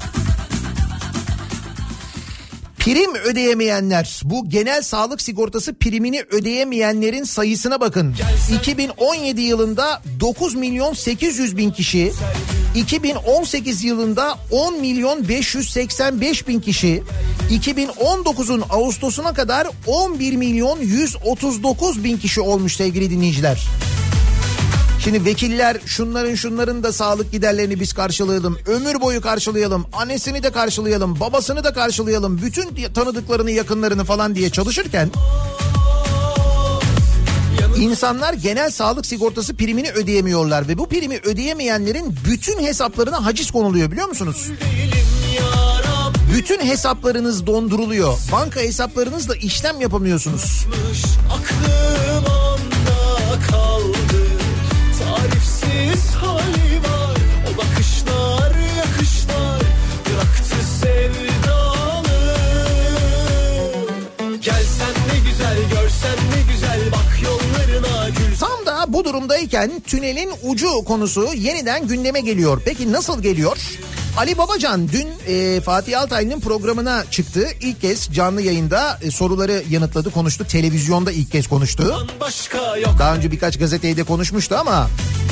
Prim ödeyemeyenler, bu genel sağlık sigortası primini ödeyemeyenlerin sayısına bakın. 2017 yılında 9.800.000 kişi, 2018 yılında 10.585.000 kişi, 2019'un Ağustos'una kadar 11.139.000 kişi olmuş sevgili dinleyiciler. Şimdi vekiller şunların da sağlık giderlerini biz karşılayalım, ömür boyu karşılayalım, annesini de karşılayalım, babasını da karşılayalım, bütün tanıdıklarını, yakınlarını falan diye çalışırken insanlar genel sağlık sigortası primini ödeyemiyorlar ve bu primi ödeyemeyenlerin bütün hesaplarına haciz konuluyor, biliyor musunuz? Bütün hesaplarınız donduruluyor. Banka hesaplarınızla işlem yapamıyorsunuz. Aklım onda kaldı. Tarifsiz hali var. O bakışlar, yakışlar bıraktı sevdiğim Gelsen ne güzel, görsen ne güzel, bak yollarına gül. Tam da bu durumdayken tünelin ucu konusu yeniden gündeme geliyor. Peki nasıl geliyor? Ali Babacan dün Fatih Altaylı'nın programına çıktı. İlk kez canlı yayında soruları yanıtladı, konuştu. Televizyonda ilk kez konuştu. Daha önce birkaç gazeteye de konuşmuştu ama...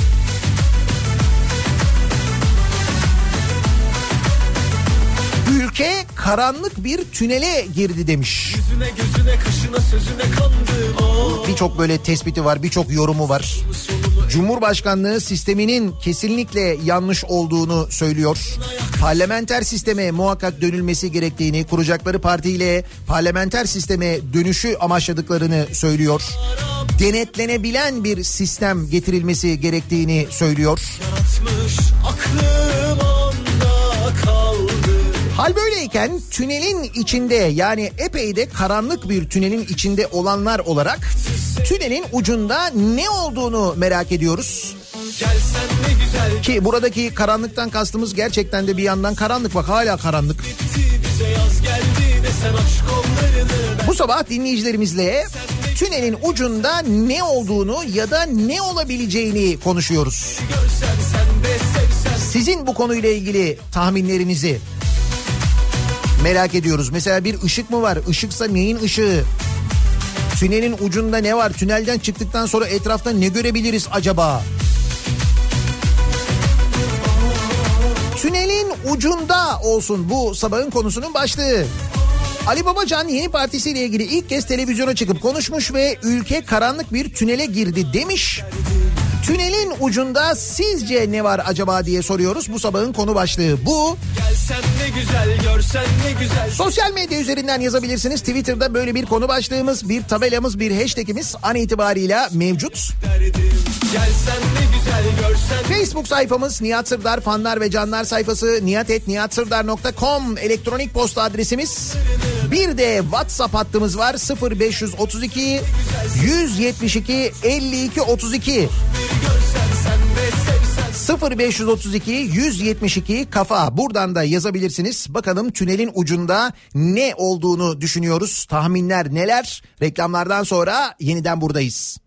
Ülke karanlık bir tünele girdi demiş. Yüzüne, gözüne, kaşına, sözüne kandım. Birçok böyle tespiti var, birçok yorumu var. Cumhurbaşkanlığı sisteminin kesinlikle yanlış olduğunu söylüyor. Parlamenter sisteme muhakkak dönülmesi gerektiğini, kuracakları partiyle parlamenter sisteme dönüşü amaçladıklarını söylüyor. Denetlenebilen bir sistem getirilmesi gerektiğini söylüyor. Yaratmış aklım onda kaldı. Hal böyleyken tünelin içinde, yani epey de karanlık bir tünelin içinde olanlar olarak tünelin ucunda ne olduğunu merak ediyoruz. Ki buradaki karanlıktan kastımız gerçekten de bir yandan karanlık, bak hala karanlık. Bu sabah dinleyicilerimizle tünelin ucunda ne olduğunu ya da ne olabileceğini konuşuyoruz. Sizin bu konuyla ilgili tahminlerinizi merak ediyoruz. Mesela bir ışık mı var? Işıksa neyin ışığı? Tünelin ucunda ne var? Tünelden çıktıktan sonra etrafta ne görebiliriz acaba? Tünelin ucunda olsun bu sabahın konusunun başlığı. Ali Babacan yeni partisiyle ilgili ilk kez televizyona çıkıp konuşmuş ve ülke karanlık bir tünele girdi demiş. Tünelin ucunda sizce ne var acaba diye soruyoruz. Bu sabahın konu başlığı bu. Gelsen ne güzel, görsen ne güzel. Sosyal medya üzerinden yazabilirsiniz. Twitter'da böyle bir konu başlığımız, bir tabelamız, bir hashtagimiz an itibarıyla mevcut. Gelsen ne güzel, görsen. Facebook sayfamız Nihat Sırdar fanlar ve canlar sayfası, nihat@nihatsırdar.com elektronik posta adresimiz. Bir de WhatsApp hattımız var, 0532 172 52 32. 0532 172 kafa, buradan da yazabilirsiniz. Bakalım tünelin ucunda ne olduğunu düşünüyoruz. Tahminler neler? Reklamlardan sonra yeniden buradayız.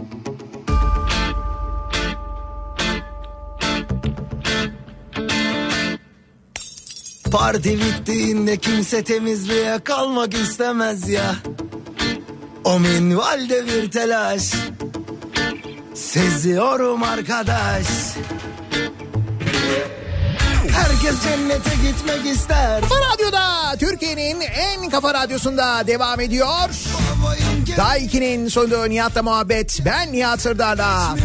Parti bittiğinde kimse temizliğe kalmak istemez ya. O minvalde bir telaş seziyorum arkadaş. Herkes cennete gitmek ister. Kafa Radyo'da, Türkiye'nin en kafa radyosunda devam ediyor. Daha 2'nin sonunda Nihat'la muhabbet. Ben Nihat Sırdar'la.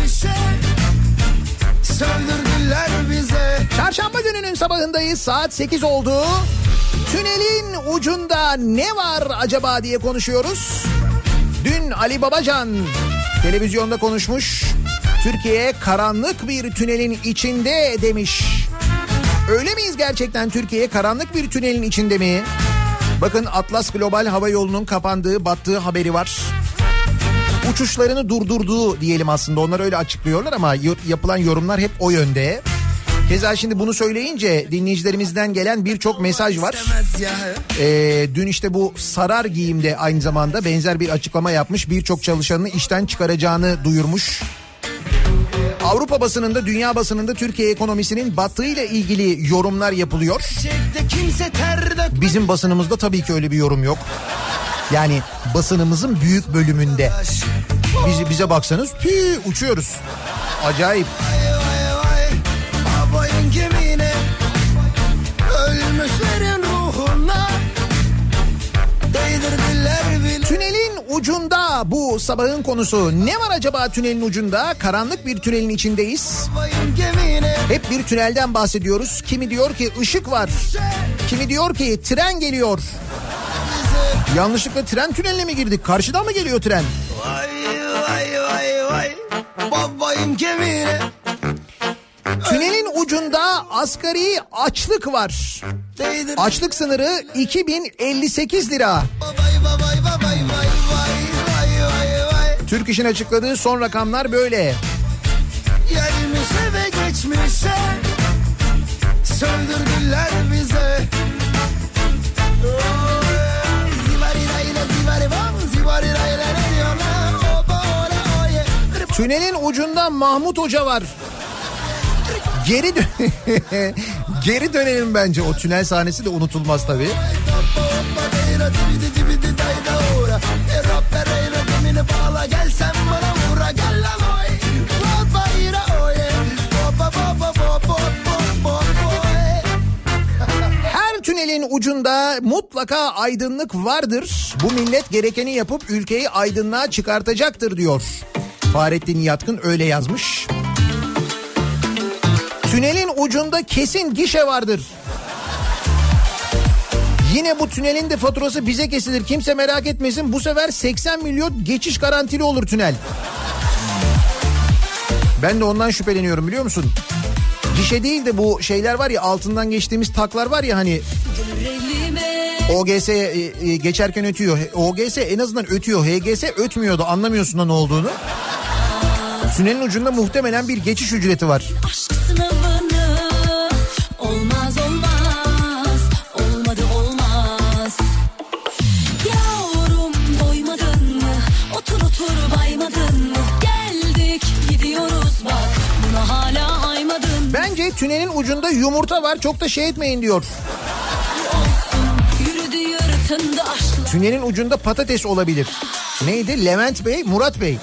Söndürdüler bize. Çarşamba gününün sabahındayız. Saat 8 oldu. Tünelin ucunda ne var acaba diye konuşuyoruz. Dün Ali Babacan televizyonda konuşmuş. Türkiye karanlık bir tünelin içinde demiş. Öyle miyiz gerçekten, Türkiye karanlık bir tünelin içinde mi? Bakın Atlas Global Havayolu'nun kapandığı, battığı haberi var. Uçuşlarını durdurduğu diyelim aslında, onlar öyle açıklıyorlar ama yapılan yorumlar hep o yönde. Keza şimdi bunu söyleyince dinleyicilerimizden gelen birçok mesaj var. Dün işte bu Sarar Giyim'de aynı zamanda benzer bir açıklama yapmış. Birçok çalışanını işten çıkaracağını duyurmuş. Avrupa basınında, dünya basınında Türkiye ekonomisinin battığıyla ilgili yorumlar yapılıyor. Bizim basınımızda tabii ki öyle bir yorum yok. Yani basınımızın büyük bölümünde. Bize baksanız uçuyoruz. Acayip. Tünelin ucunda bu sabahın konusu. Ne var acaba tünelin ucunda? Karanlık bir tünelin içindeyiz. Hep bir tünelden bahsediyoruz. Kimi diyor ki ışık var. Kimi diyor ki tren geliyor. Yanlışlıkla tren tüneline mi girdik? Karşıdan mı geliyor tren? Vay vay vay vay. Babayın kemiğine. Tünelin ucunda asgari açlık var. Açlık sınırı 2058 lira. Türk İş'in açıkladığı son rakamlar böyle. Gelmişe ve geçmişe söndürdüler bize. Tünelin ucunda Mahmut Hoca var. Geri dönelim bence. O tünel sahnesi de unutulmaz tabii. Her tünelin ucunda mutlaka aydınlık vardır. Bu millet gerekeni yapıp ülkeyi aydınlığa çıkartacaktır diyor. Fahrettin Yatkın öyle yazmış. Tünelin ucunda kesin gişe vardır. Yine bu tünelin de faturası bize kesilir. Kimse merak etmesin. Bu sefer 80 milyon geçiş garantili olur tünel. Ben de ondan şüpheleniyorum biliyor musun? Gişe değil de bu şeyler var ya, altından geçtiğimiz taklar var ya hani. OGS geçerken ötüyor. OGS en azından ötüyor. HGS ötmüyordu. Anlamıyorsun da ne olduğunu. Tünelin ucunda muhtemelen bir geçiş ücreti var. Aşk sınavını olmaz olmaz, olmadı olmaz. Yavrum doymadın mı? Otur baymadın mı? Geldik gidiyoruz bak, buna hala aymadın. Bence tünelin ucunda yumurta var, çok da şey etmeyin diyor. Yürüdü yırtındı aşkla. Tünelin ucunda patates olabilir. Neydi? Levent Bey, Murat Bey.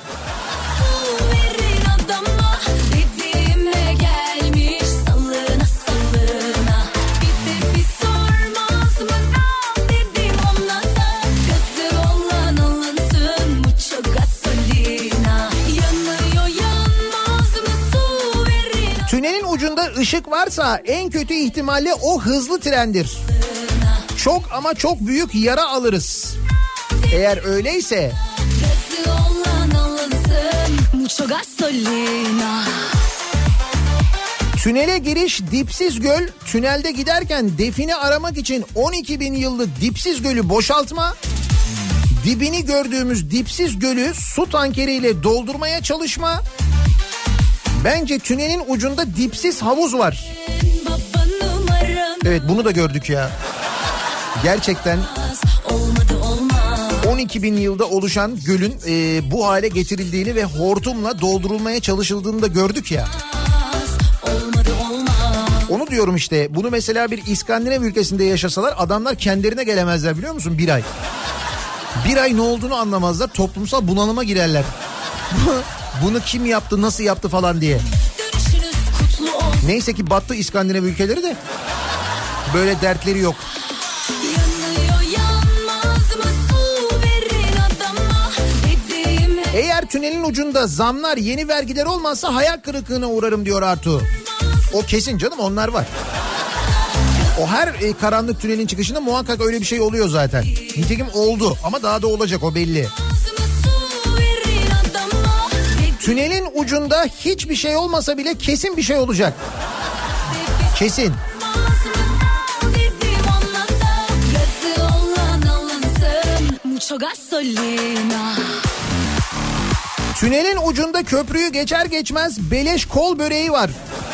Tünelin ucunda ışık varsa en kötü ihtimalle o hızlı trendir. Çok ama çok büyük yara alırız. Eğer öyleyse... Tünele giriş dipsiz göl, tünelde giderken define aramak için 12.000 yıllık dipsiz gölü boşaltma, dibini gördüğümüz dipsiz gölü su tankeriyle doldurmaya çalışma. Bence tünelin ucunda dipsiz havuz var. Evet, bunu da gördük ya. Gerçekten 12.000 yılda oluşan gölün bu hale getirildiğini ve hortumla doldurulmaya çalışıldığını da gördük ya. Onu diyorum işte. Bunu mesela bir İskandinav ülkesinde yaşasalar adamlar kendilerine gelemezler biliyor musun? Bir ay. Bir ay ne olduğunu anlamazlar. Toplumsal bunalıma girerler. Bunu kim yaptı, nasıl yaptı falan diye. Neyse ki battı İskandinav ülkeleri de. Böyle dertleri yok. Eğer tünelin ucunda zamlar, yeni vergiler olmazsa hayal kırıklığına uğrarım diyor Artu. O kesin canım, onlar var. O her karanlık tünelin çıkışında muhakkak öyle bir şey oluyor zaten. Nitekim oldu ama daha da olacak, o belli. Tünelin ucunda hiçbir şey olmasa bile kesin bir şey olacak. Kesin. Tünelin ucunda köprüyü geçer geçmez beleş kol böreği var.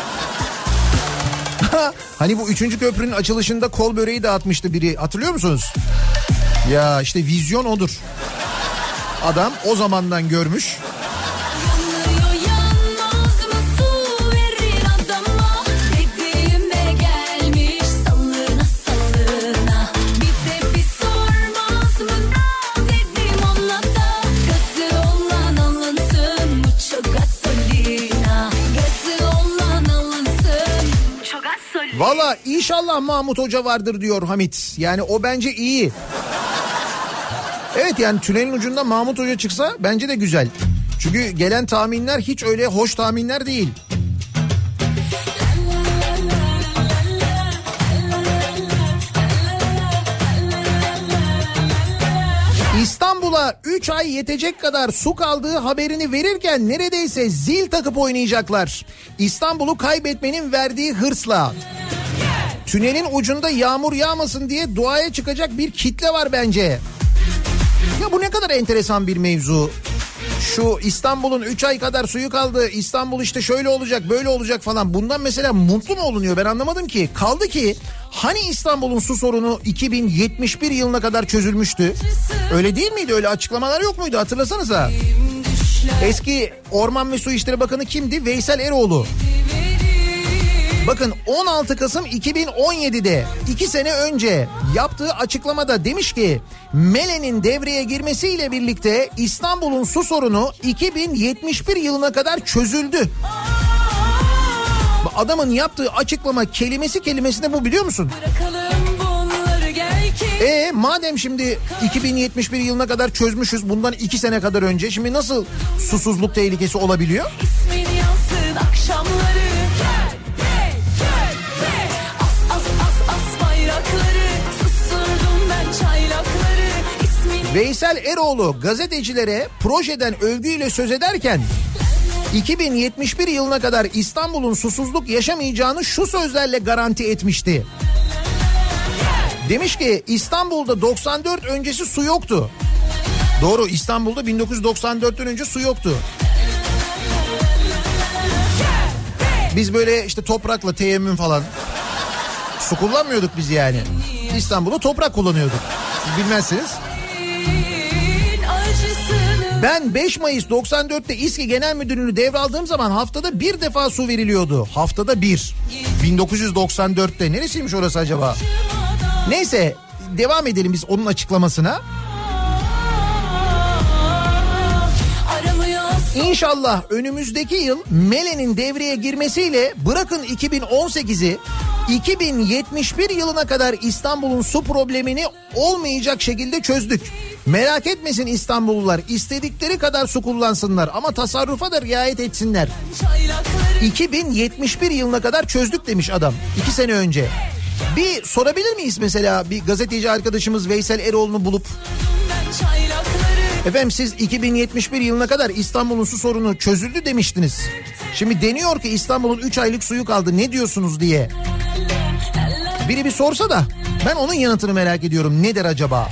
Hani bu 3. köprünün açılışında kol böreği dağıtmıştı biri, hatırlıyor musunuz? Ya işte vizyon odur. Adam o zamandan görmüş. Valla inşallah Mahmut Hoca vardır diyor Hamit. Yani o bence iyi. Evet, yani tünelin ucunda Mahmut Hoca çıksa bence de güzel. Çünkü gelen tahminler hiç öyle hoş tahminler değil. İstanbul'a 3 ay yetecek kadar su kaldığı haberini verirken neredeyse zil takıp oynayacaklar. İstanbul'u kaybetmenin verdiği hırsla. Tünelin ucunda yağmur yağmasın diye duaya çıkacak bir kitle var bence. Ya bu ne kadar enteresan bir mevzu. Şu İstanbul'un 3 ay kadar suyu kaldı. İstanbul işte şöyle olacak, böyle olacak falan. Bundan mesela mutlu mu olunuyor? Ben anlamadım ki. Kaldı ki hani İstanbul'un su sorunu 2071 yılına kadar çözülmüştü. Öyle değil miydi? Öyle açıklamalar yok muydu? Hatırlasanıza. Eski Orman ve Su İşleri Bakanı kimdi? Veysel Eroğlu. Bakın 16 Kasım 2017'de 2 sene önce yaptığı açıklamada demiş ki MELE'nin devreye girmesiyle birlikte İstanbul'un su sorunu 2071 yılına kadar çözüldü. Adamın yaptığı açıklama kelimesi kelimesine bu, biliyor musun? Madem şimdi 2071 yılına kadar çözmüşüz bundan 2 sene kadar önce, şimdi nasıl susuzluk tehlikesi olabiliyor? İsmini yazsın akşamları. Veysel Eroğlu gazetecilere projeden övgüyle söz ederken 2071 yılına kadar İstanbul'un susuzluk yaşamayacağını şu sözlerle garanti etmişti. Demiş ki İstanbul'da 94 öncesi su yoktu. Doğru, İstanbul'da 1994'ten önce su yoktu. Biz böyle işte toprakla teyemmüm falan su kullanmıyorduk biz yani. İstanbul'da toprak kullanıyorduk. Siz bilmezsiniz. Ben 5 Mayıs 94'te İSKİ Genel Müdürlüğü'nü devraldığım zaman haftada bir defa su veriliyordu. Haftada bir. 1994'te. Neresiymiş orası acaba? Neyse, devam edelim biz onun açıklamasına. İnşallah önümüzdeki yıl MELE'nin devreye girmesiyle bırakın 2018'i 2071 yılına kadar İstanbul'un su problemini olmayacak şekilde çözdük. Merak etmesin İstanbullular, istedikleri kadar su kullansınlar ama tasarrufa da riayet etsinler. 2071 yılına kadar çözdük demiş adam 2 sene önce. Bir sorabilir miyiz mesela bir gazeteci arkadaşımız Veysel Eroğlu'nu bulup? Efendim siz 2071 yılına kadar İstanbul'un su sorunu çözüldü demiştiniz. Şimdi deniyor ki İstanbul'un 3 aylık suyu kaldı, ne diyorsunuz diye. Biri bir sorsa da ben onun yanıtını merak ediyorum, nedir acaba?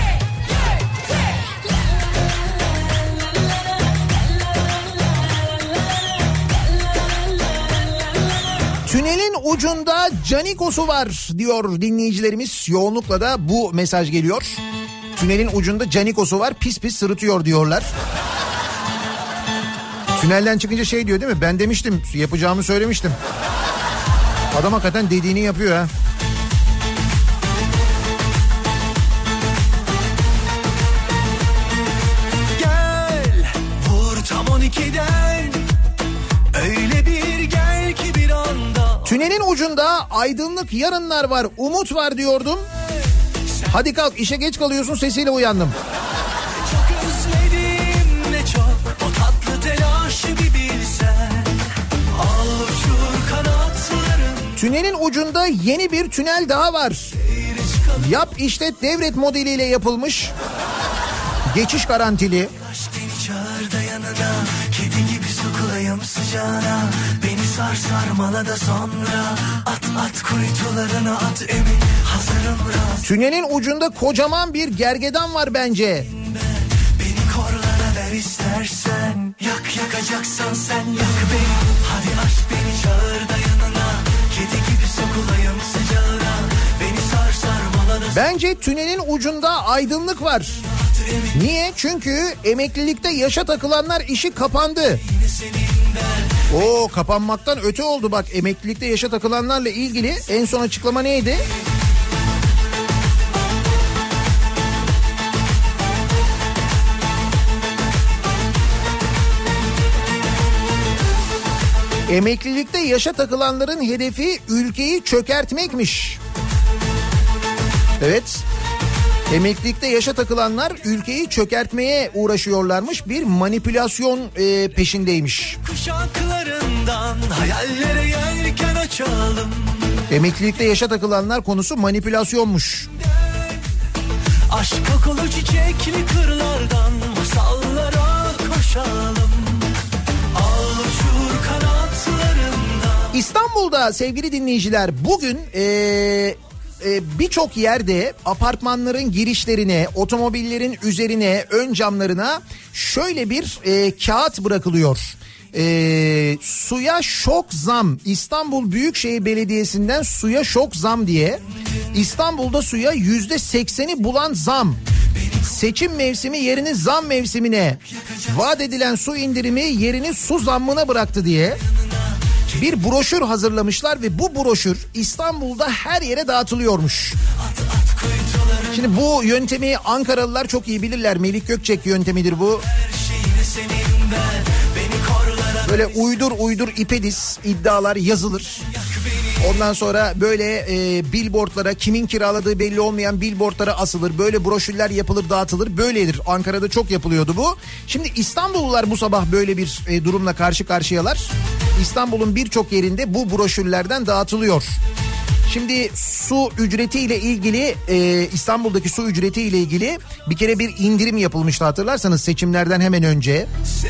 Tünelin ucunda Canikos'u var diyor dinleyicilerimiz. Yoğunlukla da bu mesaj geliyor. Tünelin ucunda Canikos'u var, pis pis sırıtıyor diyorlar. Tünelden çıkınca şey diyor değil mi? Ben demiştim, yapacağımı söylemiştim. Adam hakikaten dediğini yapıyor ha. Gel vur tam 12'den öyle bir gel ki bir anda. Tünelin ucunda aydınlık yarınlar var, umut var diyordum. Hadi kalk, işe geç kalıyorsun sesiyle uyandım. Çok özledim ne çok o tatlı telaşı bir bilsen. Al uçur kanatlarım. Tünelin ucunda yeni bir tünel daha var. Yap işlet devret modeliyle yapılmış. Geçiş garantili. Çağır da yanına, kedi gibi sokulayım sıcağına. Beni sar sarmala da sonra at kuytularına at emin hazırım razı. Tünelin ucunda kocaman bir gergedan var bence. Beni korlara ver istersen, yakacaksan sen yak beni. Hadi aşk beni çağır da yanına, kedi gibi sokulayım sıcağına. Beni sar sarmala da. Bence tünelin ucunda aydınlık var. Niye? Çünkü emeklilikte yaşa takılanlar işi kapandı. O kapanmaktan öte oldu bak, emeklilikte yaşa takılanlarla ilgili en son açıklama neydi? Emeklilikte yaşa takılanların hedefi ülkeyi çökertmekmiş. Evet. Emeklilikte yaşa takılanlar ülkeyi çökertmeye uğraşıyorlarmış, bir manipülasyon peşindeymiş. Kuşaklarından hayallere yelken açalım. Emeklilikte yaşa takılanlar konusu manipülasyonmuş. Aşk kokulu çiçekli kırlardan masallara koşalım. Al uçur kanatlarında. İstanbul'da sevgili dinleyiciler bugün birçok yerde apartmanların girişlerine, otomobillerin üzerine, ön camlarına şöyle bir kağıt bırakılıyor. Suya şok zam, İstanbul Büyükşehir Belediyesi'nden suya şok zam diye. İstanbul'da suya %80'i bulan zam. Seçim mevsimi yerini zam mevsimine, vaat edilen su indirimi yerini su zammına bıraktı diye bir broşür hazırlamışlar ve bu broşür İstanbul'da her yere dağıtılıyormuş. Şimdi bu yöntemi Ankaralılar çok iyi bilirler. Melik Gökçek yöntemidir bu. Böyle uydur ipediz iddialar yazılır. Ondan sonra böyle billboardlara, kimin kiraladığı belli olmayan billboardlara asılır. Böyle broşürler yapılır, dağıtılır. Böyledir. Ankara'da çok yapılıyordu bu. Şimdi İstanbullular bu sabah böyle bir durumla karşı karşıyalar. İstanbul'un birçok yerinde bu broşürlerden dağıtılıyor. Şimdi su ücretiyle ilgili İstanbul'daki su ücretiyle ilgili bir kere bir indirim yapılmıştı hatırlarsanız seçimlerden hemen önce.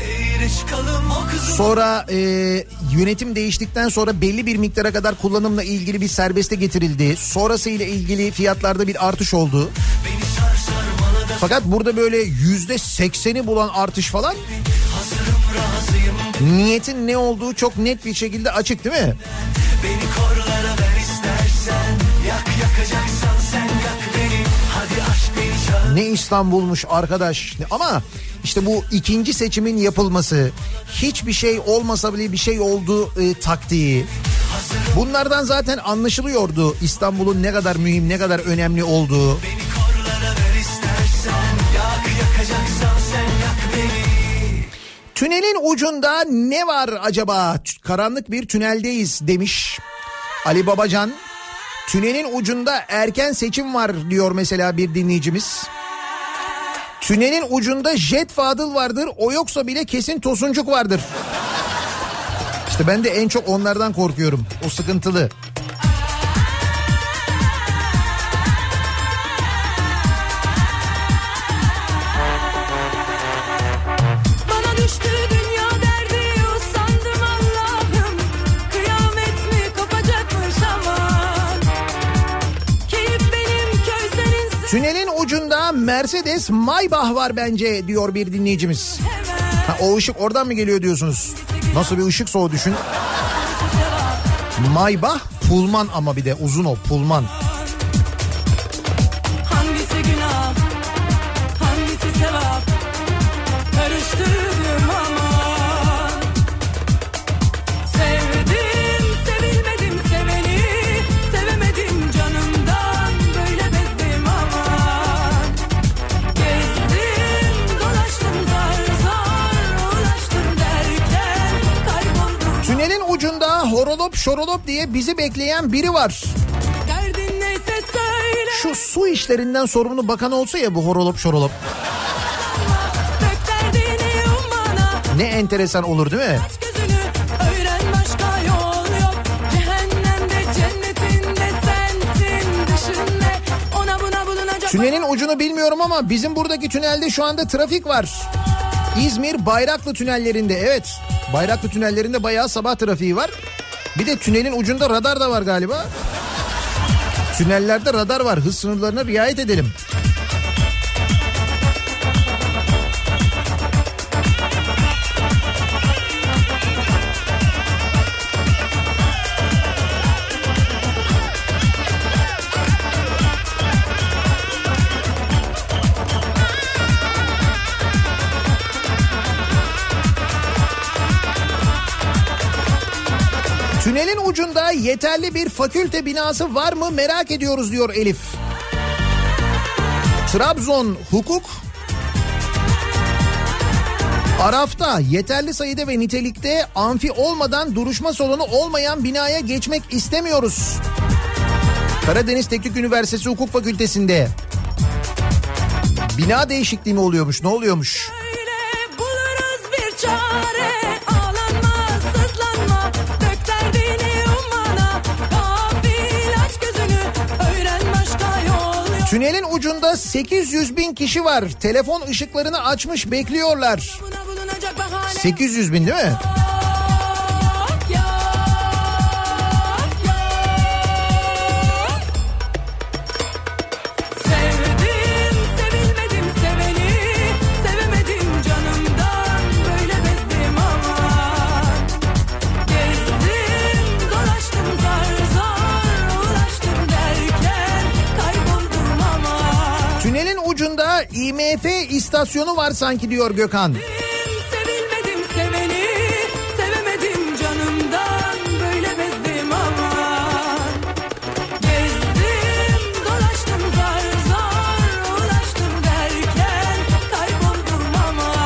Sonra yönetim değiştikten sonra belli bir miktara kadar kullanımla ilgili bir serbeste getirildi. Sonrasıyla ilgili fiyatlarda bir artış oldu. Fakat burada böyle %80'i bulan artış falan, niyetin ne olduğu çok net bir şekilde açık değil mi? Beni korlara ver istersen, yakacaksan sen yak beni. Hadi aşk beni çağır. Ne İstanbul'muş arkadaş. Ama işte bu ikinci seçimin yapılması, hiçbir şey olmasa bile bir şey oldu taktiği. Bunlardan zaten anlaşılıyordu İstanbul'un ne kadar mühim, ne kadar önemli olduğu. Beni korlara ver istersen, yakacaksan sen yak beni. Tünelin ucunda ne var acaba? Karanlık bir tüneldeyiz demiş Ali Babacan. Tünelin ucunda erken seçim var diyor mesela bir dinleyicimiz. Tünelin ucunda Jet Fadıl vardır. O yoksa bile kesin Tosuncuk vardır. İşte ben de en çok onlardan korkuyorum. O sıkıntılı. Tünelin ucunda Mercedes Maybach var bence diyor bir dinleyicimiz. Ha, o ışık oradan mı geliyor diyorsunuz? Nasıl bir ışıksa o düşün. Maybach Pullman ama bir de uzun o Pullman. Hangisi günah, hangisi sevap, karıştırdım ama. Sevdim, sevilmedim seveni, sevemedim canımdan, böyle bezdim ama. Gezdim, dolaştım zar zar, ulaştım derken kayboldum. Tünelin ucunda horolop şorolop diye bizi bekleyen biri var. Derdin neyse söyle. Şu su işlerinden sorumlu bakan olsa ya bu horolop şorolop. Dök derdini ummana. Ne enteresan olur değil mi? Aç gözünü, öğren başka yol yok. Cehennemde cennetinde sensin, dışında ona buna bulunacak. Tünelin ucunu bilmiyorum ama bizim buradaki tünelde şu anda trafik var. İzmir Bayraklı tünellerinde, evet. Bayraklı tünellerinde bayağı sabah trafiği var. Bir de tünelin ucunda radar da var galiba. Tünellerde radar var. Hız sınırlarına riayet edelim. Tünelin ucunda yeterli bir fakülte binası var mı merak ediyoruz diyor Elif. Trabzon Hukuk, Araf'ta yeterli sayıda ve nitelikte amfi olmadan duruşma salonu olmayan binaya geçmek istemiyoruz. Karadeniz Teknik Üniversitesi Hukuk Fakültesi'nde bina değişikliği mi oluyormuş, ne oluyormuş? Öyle buluruz bir çare, ağlanma, sızlanma, dök derdini ummana, gafil aç gözünü, öğren başka yol yok. Tünelin ucunda 800 bin kişi var. Telefon ışıklarını açmış bekliyorlar. Buna bulunacak bahane 800 bin değil mi? yok, yok, yok. Sevdim, sevilmedim seveni, sevemedim canımdan, böyle bezdim ama. Gezdim, dolaştım zar zar, ulaştım derken kayboldum ama. Tünelin ucunda IMF istasyonu var sanki diyor Gökhan. Sevilmedim seveni, sevemedim canımdan, böyle bezdim ama. Gezdim, dolaştım zar zar, ulaştım derken kayboldum ama.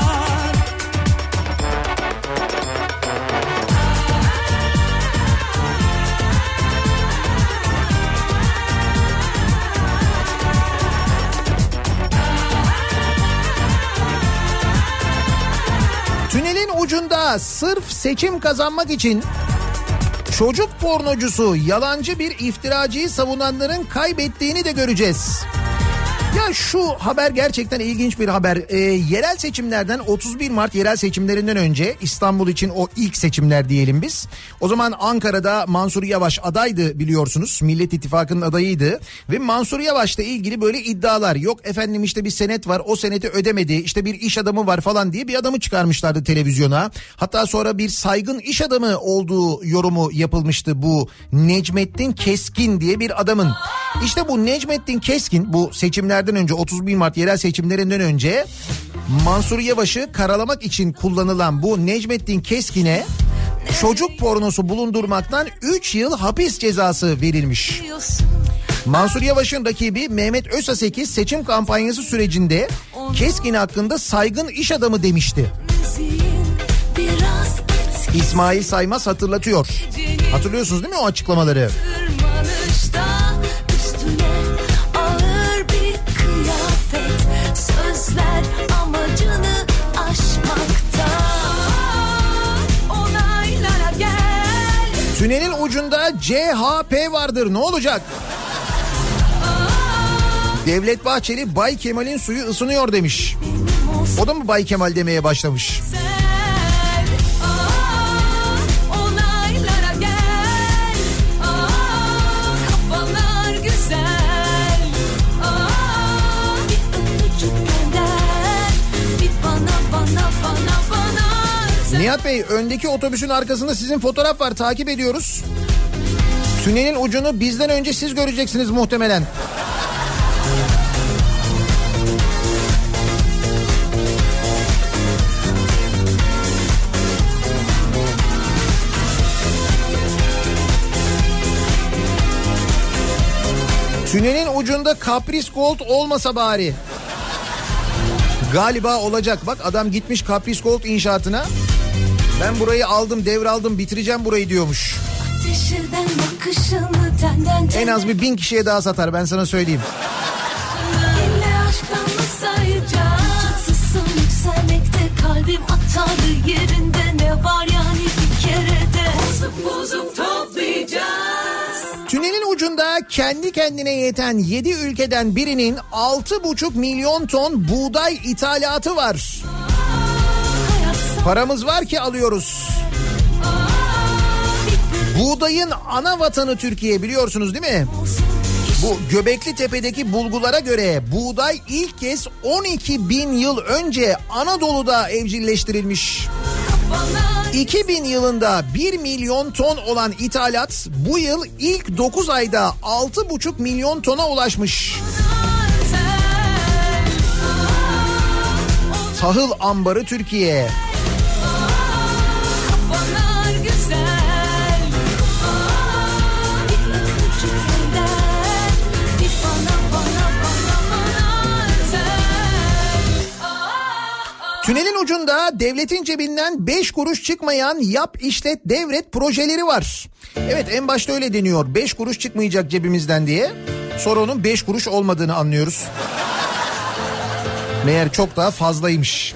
Tünelin ucunda sırf seçim kazanmak için çocuk pornocusu, yalancı bir iftiracıyı savunanların kaybettiğini de göreceğiz. Ya şu haber gerçekten ilginç bir haber. Yerel seçimlerden 31 Mart yerel seçimlerinden önce İstanbul için o ilk seçimler diyelim biz. O zaman Ankara'da Mansur Yavaş adaydı biliyorsunuz. Millet İttifakı'nın adayıydı. Ve Mansur Yavaş'la ilgili böyle iddialar. Yok efendim işte bir senet var, o seneti ödemedi. İşte bir iş adamı var falan diye bir adamı çıkarmışlardı televizyona. Hatta sonra bir saygın iş adamı olduğu yorumu yapılmıştı bu Necmettin Keskin diye bir adamın. İşte bu Necmettin Keskin bu seçimlerden önce 31 Mart yerel seçimlerinden önce Mansur Yavaş'ı karalamak için kullanılan bu Necmettin Keskin'e çocuk pornosu bulundurmaktan 3 yıl hapis cezası verilmiş. Mansur Yavaş'ın rakibi Mehmet Özaseki seçim kampanyası sürecinde Keskin hakkında saygın iş adamı demişti. İsmail Saymaz hatırlatıyor. Hatırlıyorsunuz değil mi o açıklamaları? Sözler amacını aşmakta. Olaylara gel. Tünelin ucunda CHP vardır, ne olacak? Devlet Bahçeli Bay Kemal'in suyu ısınıyor demiş. O da mı Bay Kemal demeye başlamış? Nihat Bey, öndeki otobüsün arkasında sizin fotoğraf var, takip ediyoruz. Tünelin ucunu bizden önce siz göreceksiniz muhtemelen. Tünelin ucunda Kapris Gold olmasa bari. Galiba olacak. Bak adam gitmiş Kapris Gold inşaatına. Ben burayı aldım, devraldım, bitireceğim burayı diyormuş. En az bir 1000 kişiye daha satar, ben sana söyleyeyim. Kalbim atar yerinde, ne var yani bir kerede. Bozup toplayacağız. Tünelin ucunda kendi kendine yeten 7 ülkeden birinin 6,5 milyon ton buğday ithalatı var. Paramız var ki alıyoruz. Buğdayın ana vatanı Türkiye, biliyorsunuz değil mi? Bu Göbekli Tepe'deki bulgulara göre buğday ilk kez 12 bin yıl önce Anadolu'da evcilleştirilmiş. 2000 yılında 1 milyon ton olan ithalat bu yıl ilk 9 ayda 6,5 milyon tona ulaşmış. Tahıl ambarı Türkiye. Tünelin ucunda devletin cebinden 5 kuruş çıkmayan yap işlet devret projeleri var. Evet, en başta öyle deniyor, 5 kuruş çıkmayacak cebimizden diye. Sonra onun 5 kuruş olmadığını anlıyoruz. Meğer çok daha fazlaymış.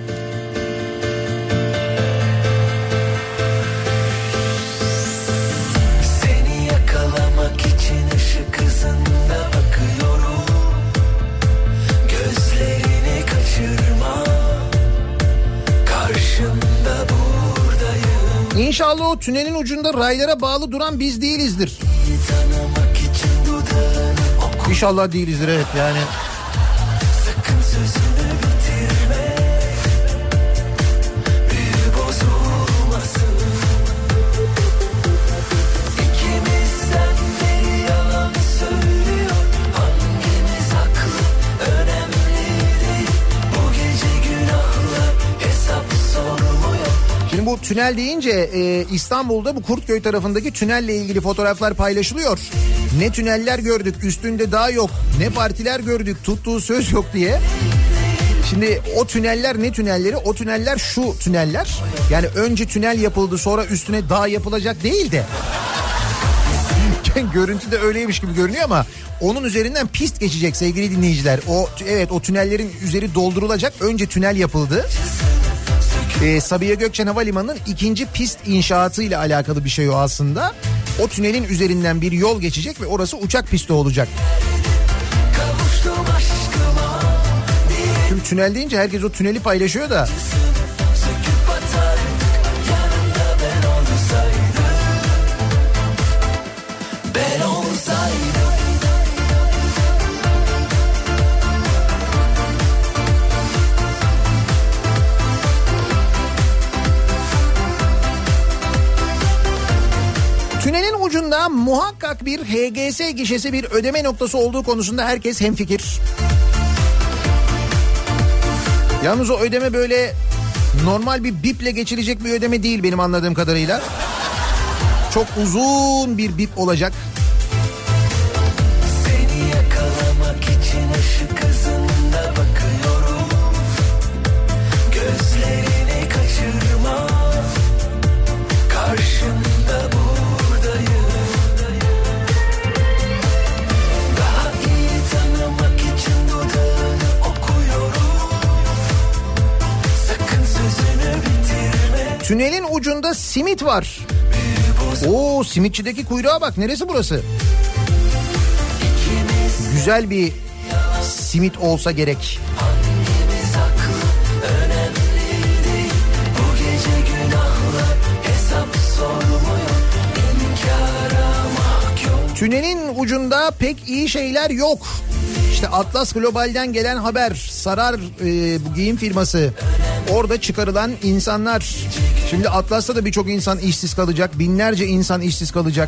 Seni yakalamak için ışık hızında bakıyorum. Gözlerini kaçırma. Karşımda buradayım. İnşallah o tünelin ucunda raylara bağlı duran biz değilizdir. Tanımak için dudağını oku. İnşallah değilizdir, evet yani. Sakın sözünü bitirme. Bir bozulmasın. İkimizden biri yalan söylüyor. Hangimiz haklı önemli değil. Şimdi bu tünel deyince İstanbul'da bu Kurtköy tarafındaki tünelle ilgili fotoğraflar paylaşılıyor. Ne tüneller gördük, üstünde dağ yok, ne partiler gördük, tuttuğu söz yok diye. Şimdi o tüneller ne tünelleri? O tüneller şu tüneller. Yani önce tünel yapıldı, sonra üstüne dağ yapılacak değil de. Görüntüde öyleymiş gibi görünüyor ama onun üzerinden pist geçecek sevgili dinleyiciler. O tünellerin üzeri doldurulacak. Önce tünel yapıldı. Sabiha Gökçen Havalimanı'nın ikinci pist inşaatı ile alakalı bir şey o aslında. O tünelin üzerinden bir yol geçecek ve orası uçak pisti olacak. Şimdi tünel deyince herkes o tüneli paylaşıyor da. Tünelin ucunda muhakkak bir HGS gişesi, bir ödeme noktası olduğu konusunda herkes hemfikir. Yalnız o ödeme böyle normal bir biple geçilecek bir ödeme değil benim anladığım kadarıyla. Çok uzun bir bip olacak. Seni yakalamak için ışık hızında bakıyorum. Gözlerini kaçırma. Karşında buradayım. Daha iyi tanımak için dudağını okuyorum. Sakın sözünü bitirme. Tünelin ucunda simit var. Oo, simitçideki kuyruğa bak, neresi burası? Güzel bir simit olsa gerek. Tünelin ucunda pek iyi şeyler yok. İşte Atlas Global'den gelen haber, Sarar bu giyim firması, orada çıkarılan insanlar. Şimdi Atlas'ta da birçok insan işsiz kalacak, binlerce insan işsiz kalacak.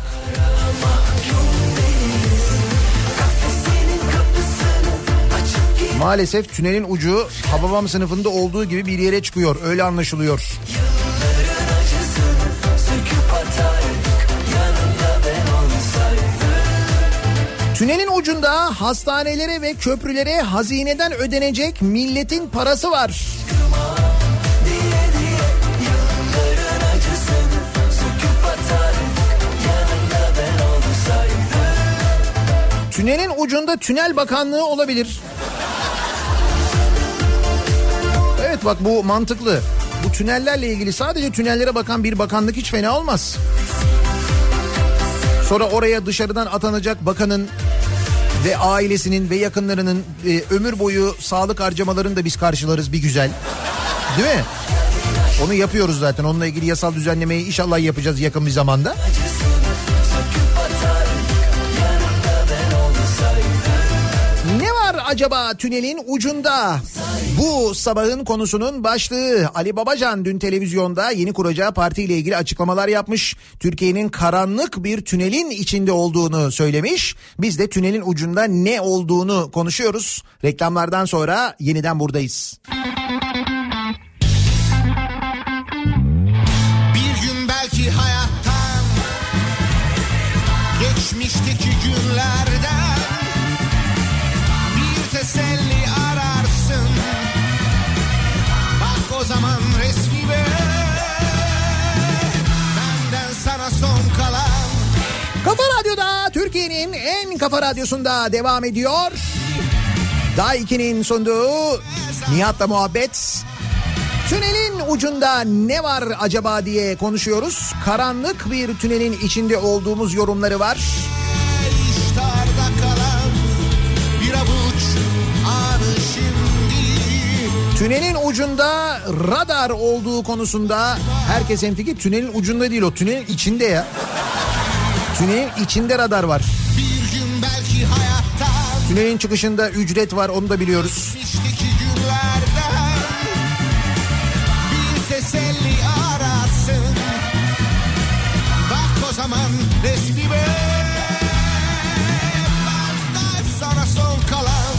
Maalesef tünelin ucu Hababam sınıfında olduğu gibi bir yere çıkıyor, öyle anlaşılıyor. Tünelin ucunda hastanelere ve köprülere hazineden ödenecek milletin parası var. Tünelin ucunda Tünel Bakanlığı olabilir. Evet bak, bu mantıklı. Bu tünellerle ilgili sadece tünellere bakan bir bakanlık hiç fena olmaz. Sonra oraya dışarıdan atanacak bakanın ve ailesinin ve yakınlarının ömür boyu sağlık harcamalarını da biz karşılarız bir güzel. Değil mi? Onu yapıyoruz zaten. Onunla ilgili yasal düzenlemeyi inşallah yapacağız yakın bir zamanda. Ne var acaba tünelin ucunda? Bu sabahın konusunun başlığı. Ali Babacan dün televizyonda yeni kuracağı partiyle ilgili açıklamalar yapmış. Türkiye'nin karanlık bir tünelin içinde olduğunu söylemiş. Biz de tünelin ucunda ne olduğunu konuşuyoruz. Reklamlardan sonra yeniden buradayız. Bir gün belki hayattan, geçmişteki günlerden bir teselli ararsın. Bak o zaman resmime, benden sana son kalan. Kafa Radyo'da, Türkiye'nin en kafa radyosunda devam ediyor. Daha 2'nin sunduğu Nihat'la muhabbet. Tünelin ucunda ne var acaba diye konuşuyoruz. Karanlık bir tünelin içinde olduğumuz yorumları var. İştarda kalan bir avuç anı şimdi. Tünelin ucunda radar olduğu konusunda herkes hemfikir. Tünelin ucunda değil, o tünelin içinde ya. Tünelin içinde radar var. Bir gün belki hayattan, Tünelin çıkışında ücret var, onu da biliyoruz. geçmişteki günlerden bir teselli ararsın. Bak o zaman resmime, benden sana son kalan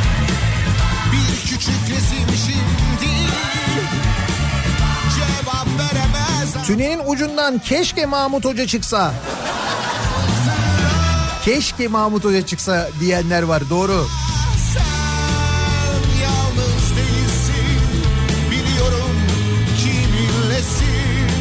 bir küçük resim şimdi. Cevap Tünelin ucundan keşke Mahmut Hoca çıksa. Keşke Mahmut Hoca çıksa diyenler var, doğru. Sen yalnız değilsin, biliyorum kiminlesin.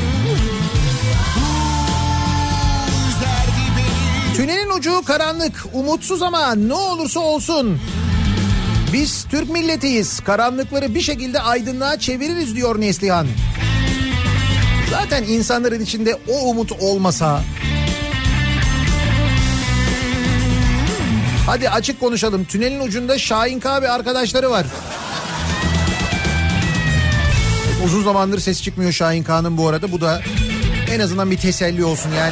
Bu üzerdi beni. Tünelin ucu karanlık, umutsuz ama ne olursa olsun. Biz Türk milletiyiz, karanlıkları bir şekilde aydınlığa çeviririz diyor Neslihan. Zaten insanların içinde o umut olmasa... Hadi açık konuşalım. Tünelin ucunda Şahin K ve arkadaşları var. Uzun zamandır ses çıkmıyor Şahin K'nın bu arada. Bu da en azından bir teselli olsun yani.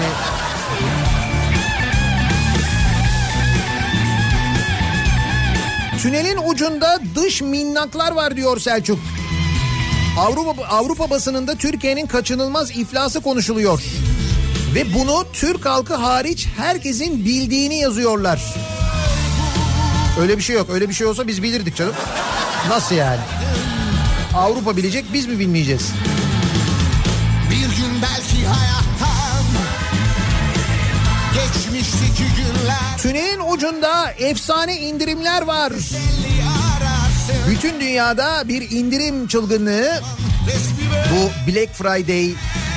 Tünelin ucunda dış minnaklar var diyor Selçuk. Avrupa basınında Türkiye'nin kaçınılmaz iflası konuşuluyor. Ve bunu Türk halkı hariç herkesin bildiğini yazıyorlar. Öyle bir şey yok. Öyle bir şey olsa biz bilirdik canım. Nasıl yani? Avrupa bilecek, biz mi bilmeyeceğiz? Bir gün belki hayattan geçmişteki günler. Tünelin ucunda efsane indirimler var. Ararsın, Bütün dünyada bir indirim çılgınlığı. Bu Black Friday,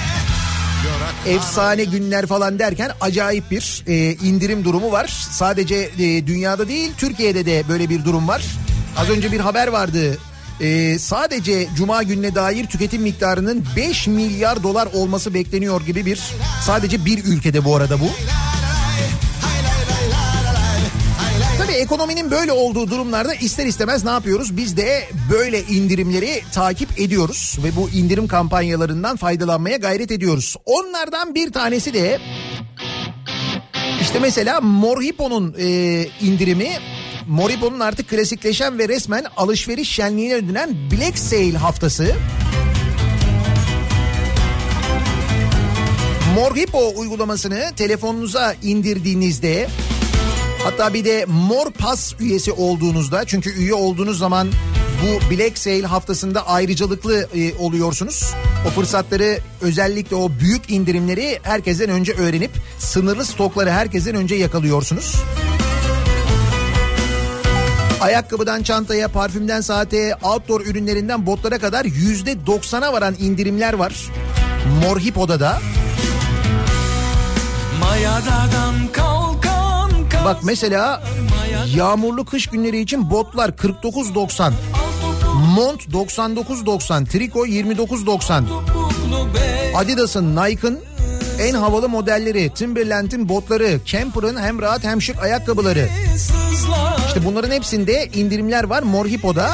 efsane günler falan derken acayip bir indirim durumu var. Sadece dünyada değil, Türkiye'de de böyle bir durum var. Az önce bir haber vardı. Sadece Cuma gününe dair tüketim miktarının 5 milyar dolar olması bekleniyor gibi bir, sadece bir ülkede bu arada bu. Tabii ekonominin böyle olduğu durumlarda ister istemez ne yapıyoruz? Biz de böyle indirimleri takip ediyoruz ve bu indirim kampanyalarından faydalanmaya gayret ediyoruz. Onlardan bir tanesi de işte mesela Mor Hippo'nun indirimi. Mor Hippo'nun artık klasikleşen ve resmen alışveriş şenliğine dönen Black Sale haftası. Mor Hippo uygulamasını telefonunuza indirdiğinizde, hatta bir de Mor Pass üyesi olduğunuzda, çünkü üye olduğunuz zaman bu Black Sale haftasında ayrıcalıklı oluyorsunuz. O fırsatları, özellikle o büyük indirimleri herkesten önce öğrenip sınırlı stokları herkesten önce yakalıyorsunuz. Ayakkabıdan çantaya, parfümden saate, outdoor ürünlerinden botlara kadar %90'a varan indirimler var Mor Hippo'da da. Bak mesela yağmurlu kış günleri için botlar 49.90, mont 99.90, triko 29.90. Adidas'ın, Nike'ın en havalı modelleri, Timberland'in botları, Camper'ın hem rahat hem şık ayakkabıları. İşte bunların hepsinde indirimler var Mor Hippo'da.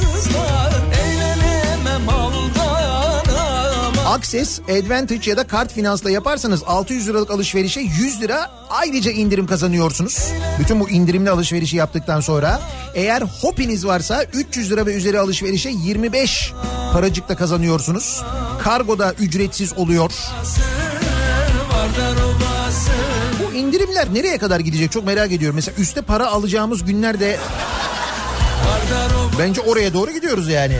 Access, Advantage ya da kart finansla yaparsanız 600 liralık alışverişe 100 lira ayrıca indirim kazanıyorsunuz. Bütün bu indirimli alışverişi yaptıktan sonra. Eğer Hopi'niz varsa 300 lira ve üzeri alışverişe 25 paracıkla kazanıyorsunuz. Kargo da ücretsiz oluyor. Bu indirimler nereye kadar gidecek çok merak ediyorum. Mesela üste para alacağımız günlerde bence oraya doğru gidiyoruz yani.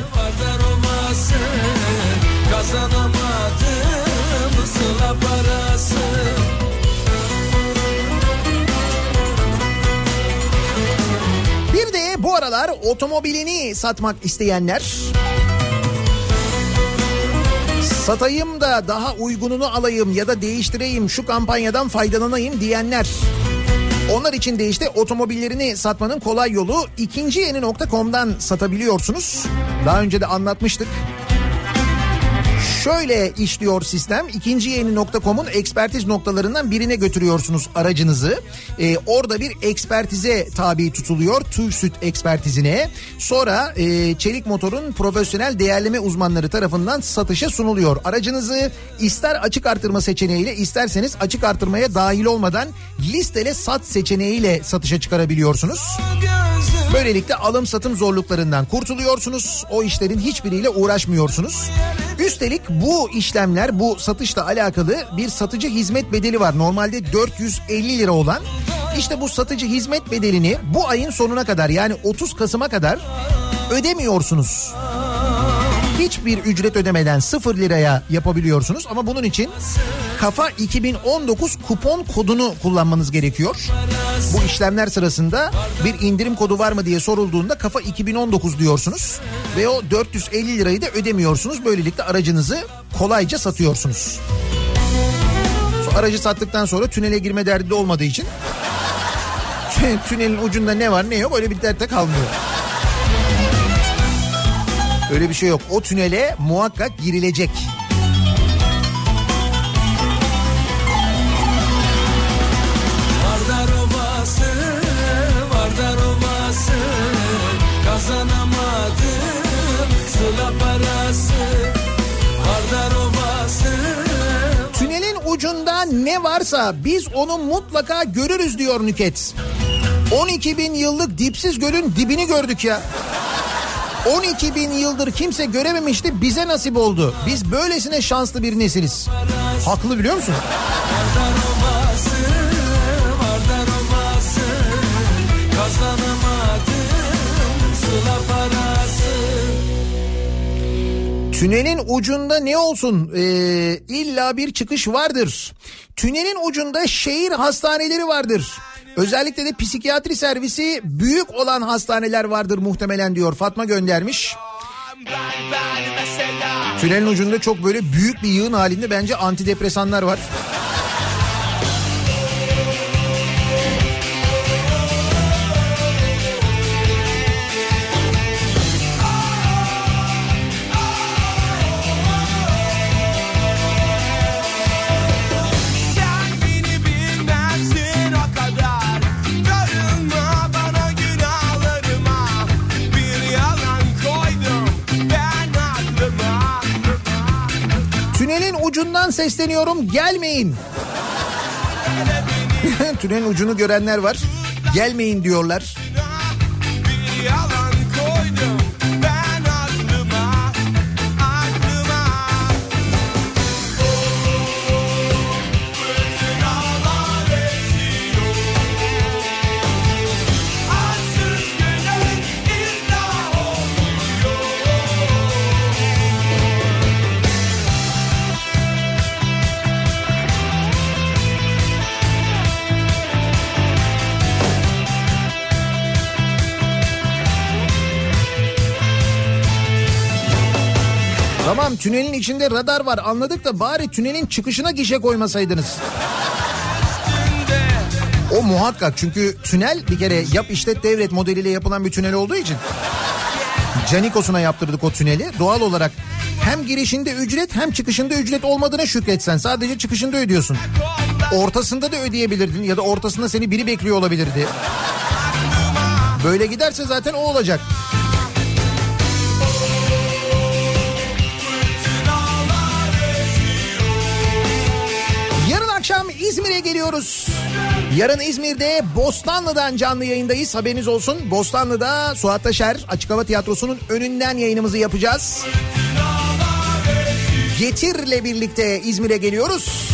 Bir de bu aralar otomobilini satmak isteyenler, satayım da daha uygununu alayım ya da değiştireyim, şu kampanyadan faydalanayım diyenler, onlar için de işte otomobillerini satmanın kolay yolu ikinciyeni.com'dan satabiliyorsunuz. Daha önce de anlatmıştık. Şöyle işliyor sistem. İkinciyeni.com'un ekspertiz noktalarından birine götürüyorsunuz aracınızı. Orada bir ekspertize tabi tutuluyor. TÜRSÜT ekspertizine. Sonra çelik motorun profesyonel değerleme uzmanları tarafından satışa sunuluyor. Aracınızı ister açık artırma seçeneğiyle, isterseniz açık artırmaya dahil olmadan listele sat seçeneğiyle satışa çıkarabiliyorsunuz. Böylelikle alım satım zorluklarından kurtuluyorsunuz. O işlerin hiçbiriyle uğraşmıyorsunuz. Üstelik bu işlemler, bu satışla alakalı bir satıcı hizmet bedeli var. Normalde 450 lira olan, işte bu satıcı hizmet bedelini bu ayın sonuna kadar, yani 30 Kasım'a kadar ödemiyorsunuz. Hiçbir ücret ödemeden 0 liraya yapabiliyorsunuz ama bunun için Kafa 2019 kupon kodunu kullanmanız gerekiyor. Bu işlemler sırasında bir indirim kodu var mı diye sorulduğunda Kafa 2019 diyorsunuz ve o 450 lirayı da ödemiyorsunuz. Böylelikle aracınızı kolayca satıyorsunuz. Aracı sattıktan sonra tünele girme derdi de olmadığı için tünelin ucunda ne var ne yok öyle bir dert de kalmıyor. Öyle bir şey yok. O tünele muhakkak girilecek. Vardar Ovası, Vardar Ovası, kazanamadım sıla parası. Vardar Ovası. Tünelin ucunda ne varsa biz onu mutlaka görürüz diyor Nüket. 12 bin yıllık dipsiz gölün dibini gördük ya. 12 bin yıldır kimse görememişti, bize nasip oldu. Biz böylesine şanslı bir nesiliz. Haklı, biliyor musun? Vardar Ovası, Vardar Ovası, kazanamadım sıla parası. Tünelin ucunda ne olsun? İlla bir çıkış vardır. Tünelin ucunda şehir hastaneleri vardır. Özellikle de psikiyatri servisi büyük olan hastaneler vardır muhtemelen diyor. Fatma göndermiş. Tünelin ucunda çok böyle büyük bir yığın halinde bence antidepresanlar var. Ucundan sesleniyorum, gelmeyin. Tünelin ucunu görenler var. Gelmeyin diyorlar. Bir yalan koydum ben aklıma, aklıma. Fırtınalar esiyor. Ansız günün illa oluyor. Tamam, tünelin içinde radar var anladık da bari tünelin çıkışına gişe koymasaydınız. O muhakkak, çünkü tünel bir kere yap işlet devret modeliyle yapılan bir tünel olduğu için. Canikos'una yaptırdık o tüneli. Doğal olarak hem girişinde ücret hem çıkışında ücret olmadığına şükretsen, sadece çıkışında ödüyorsun. Ortasında da ödeyebilirdin ya da ortasında seni biri bekliyor olabilirdi. Böyle giderse zaten o olacak. Akşam İzmir'e geliyoruz. Yarın İzmir'de Bostanlı'dan canlı yayındayız. Haberiniz olsun. Bostanlı'da Suat Taşer Açık Hava Tiyatrosu'nun önünden yayınımızı yapacağız. Getir'le birlikte İzmir'e geliyoruz.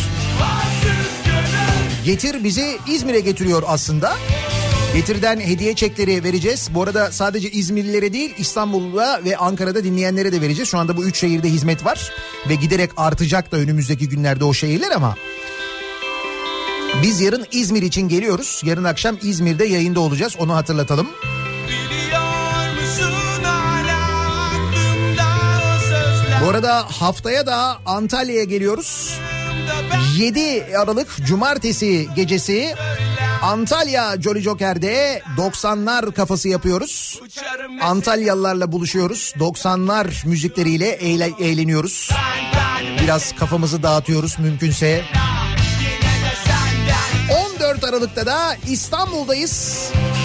Getir bizi İzmir'e getiriyor aslında. Getir'den hediye çekleri vereceğiz. Bu arada sadece İzmirlilere değil, İstanbul'da ve Ankara'da dinleyenlere de vereceğiz. Şu anda bu 3 şehirde hizmet var. Ve giderek artacak da önümüzdeki günlerde o şehirler ama... Biz yarın İzmir için geliyoruz. Yarın akşam İzmir'de yayında olacağız. Onu hatırlatalım. Bu arada haftaya da Antalya'ya geliyoruz. 7 Aralık Cumartesi gecesi Antalya Jolly Joker'de 90'lar kafası yapıyoruz. Antalyalılarla buluşuyoruz. 90'lar müzikleriyle eğleniyoruz. Biraz kafamızı dağıtıyoruz mümkünse. 14 Aralık'ta da İstanbul'dayız.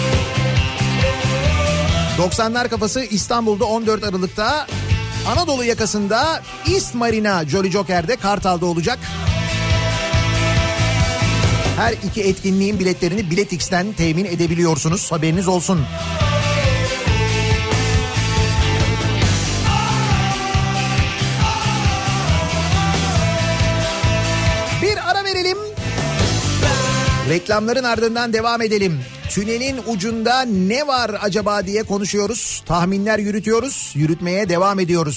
90'lar kafası İstanbul'da 14 Aralık'ta. Anadolu yakasında East Marina Jolly Joker'de Kartal'da olacak. Her iki etkinliğin biletlerini Biletix'ten temin edebiliyorsunuz. Haberiniz olsun. Bir ara verelim. Reklamların ardından devam edelim. Tünelin ucunda ne var acaba diye konuşuyoruz. Tahminler yürütüyoruz. Yürütmeye devam ediyoruz.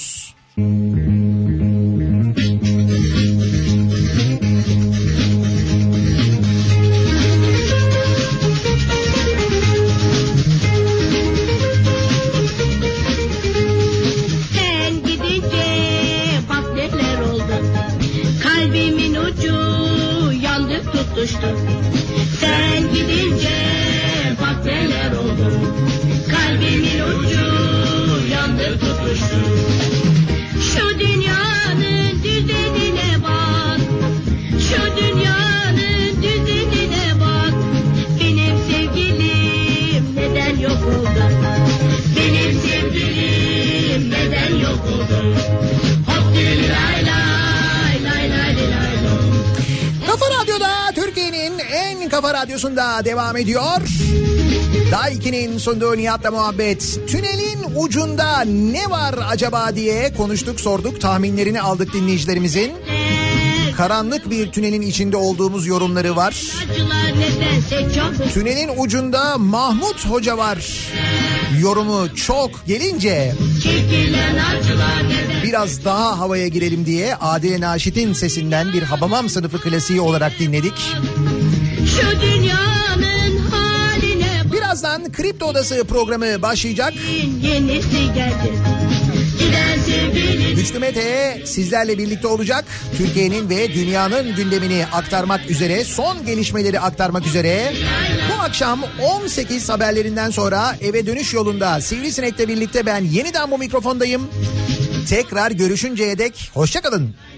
Sen gidince bak neler oldu. Kalbimin ucu yandı tutuştu. Sen gidince bak neler oldu. Kalbimin ucu yandı tutuştu. Şu dünyanın düzenine bak. Şu dünyanın düzenine bak. Benim sevgilim neden yok oldu? Benim sevgilim neden yok oldu? Hop dili lay lay lay lay lay lay. Kafa Radyo'da, Türkiye'nin en kafa radyosunda devam ediyor. Daiki'nin sunduğu Nihat'la muhabbet. Tünelin ucunda ne var acaba diye konuştuk, sorduk, tahminlerini aldık dinleyicilerimizin. Karanlık bir tünelin içinde olduğumuz yorumları var. Acılar nedense çok. Tünelin ucunda Mahmut Hoca var yorumu çok gelince Çekilen acılar neden. biraz daha havaya girelim diye Adile Naşit'in sesinden bir Habamam Sınıfı klasiği olarak dinledik. Şu dünyanın haline bak. Birazdan Kripto Odası programı başlayacak. Yenisi geldi. Giden sevgili. Güçlü Mete sizlerle birlikte olacak. Türkiye'nin ve dünyanın gündemini aktarmak üzere, son gelişmeleri aktarmak üzere. Bu akşam 18 haberlerinden sonra eve dönüş yolunda Sivrisinek'le birlikte ben yeniden bu mikrofondayım. Tekrar görüşünceye dek hoşça kalın.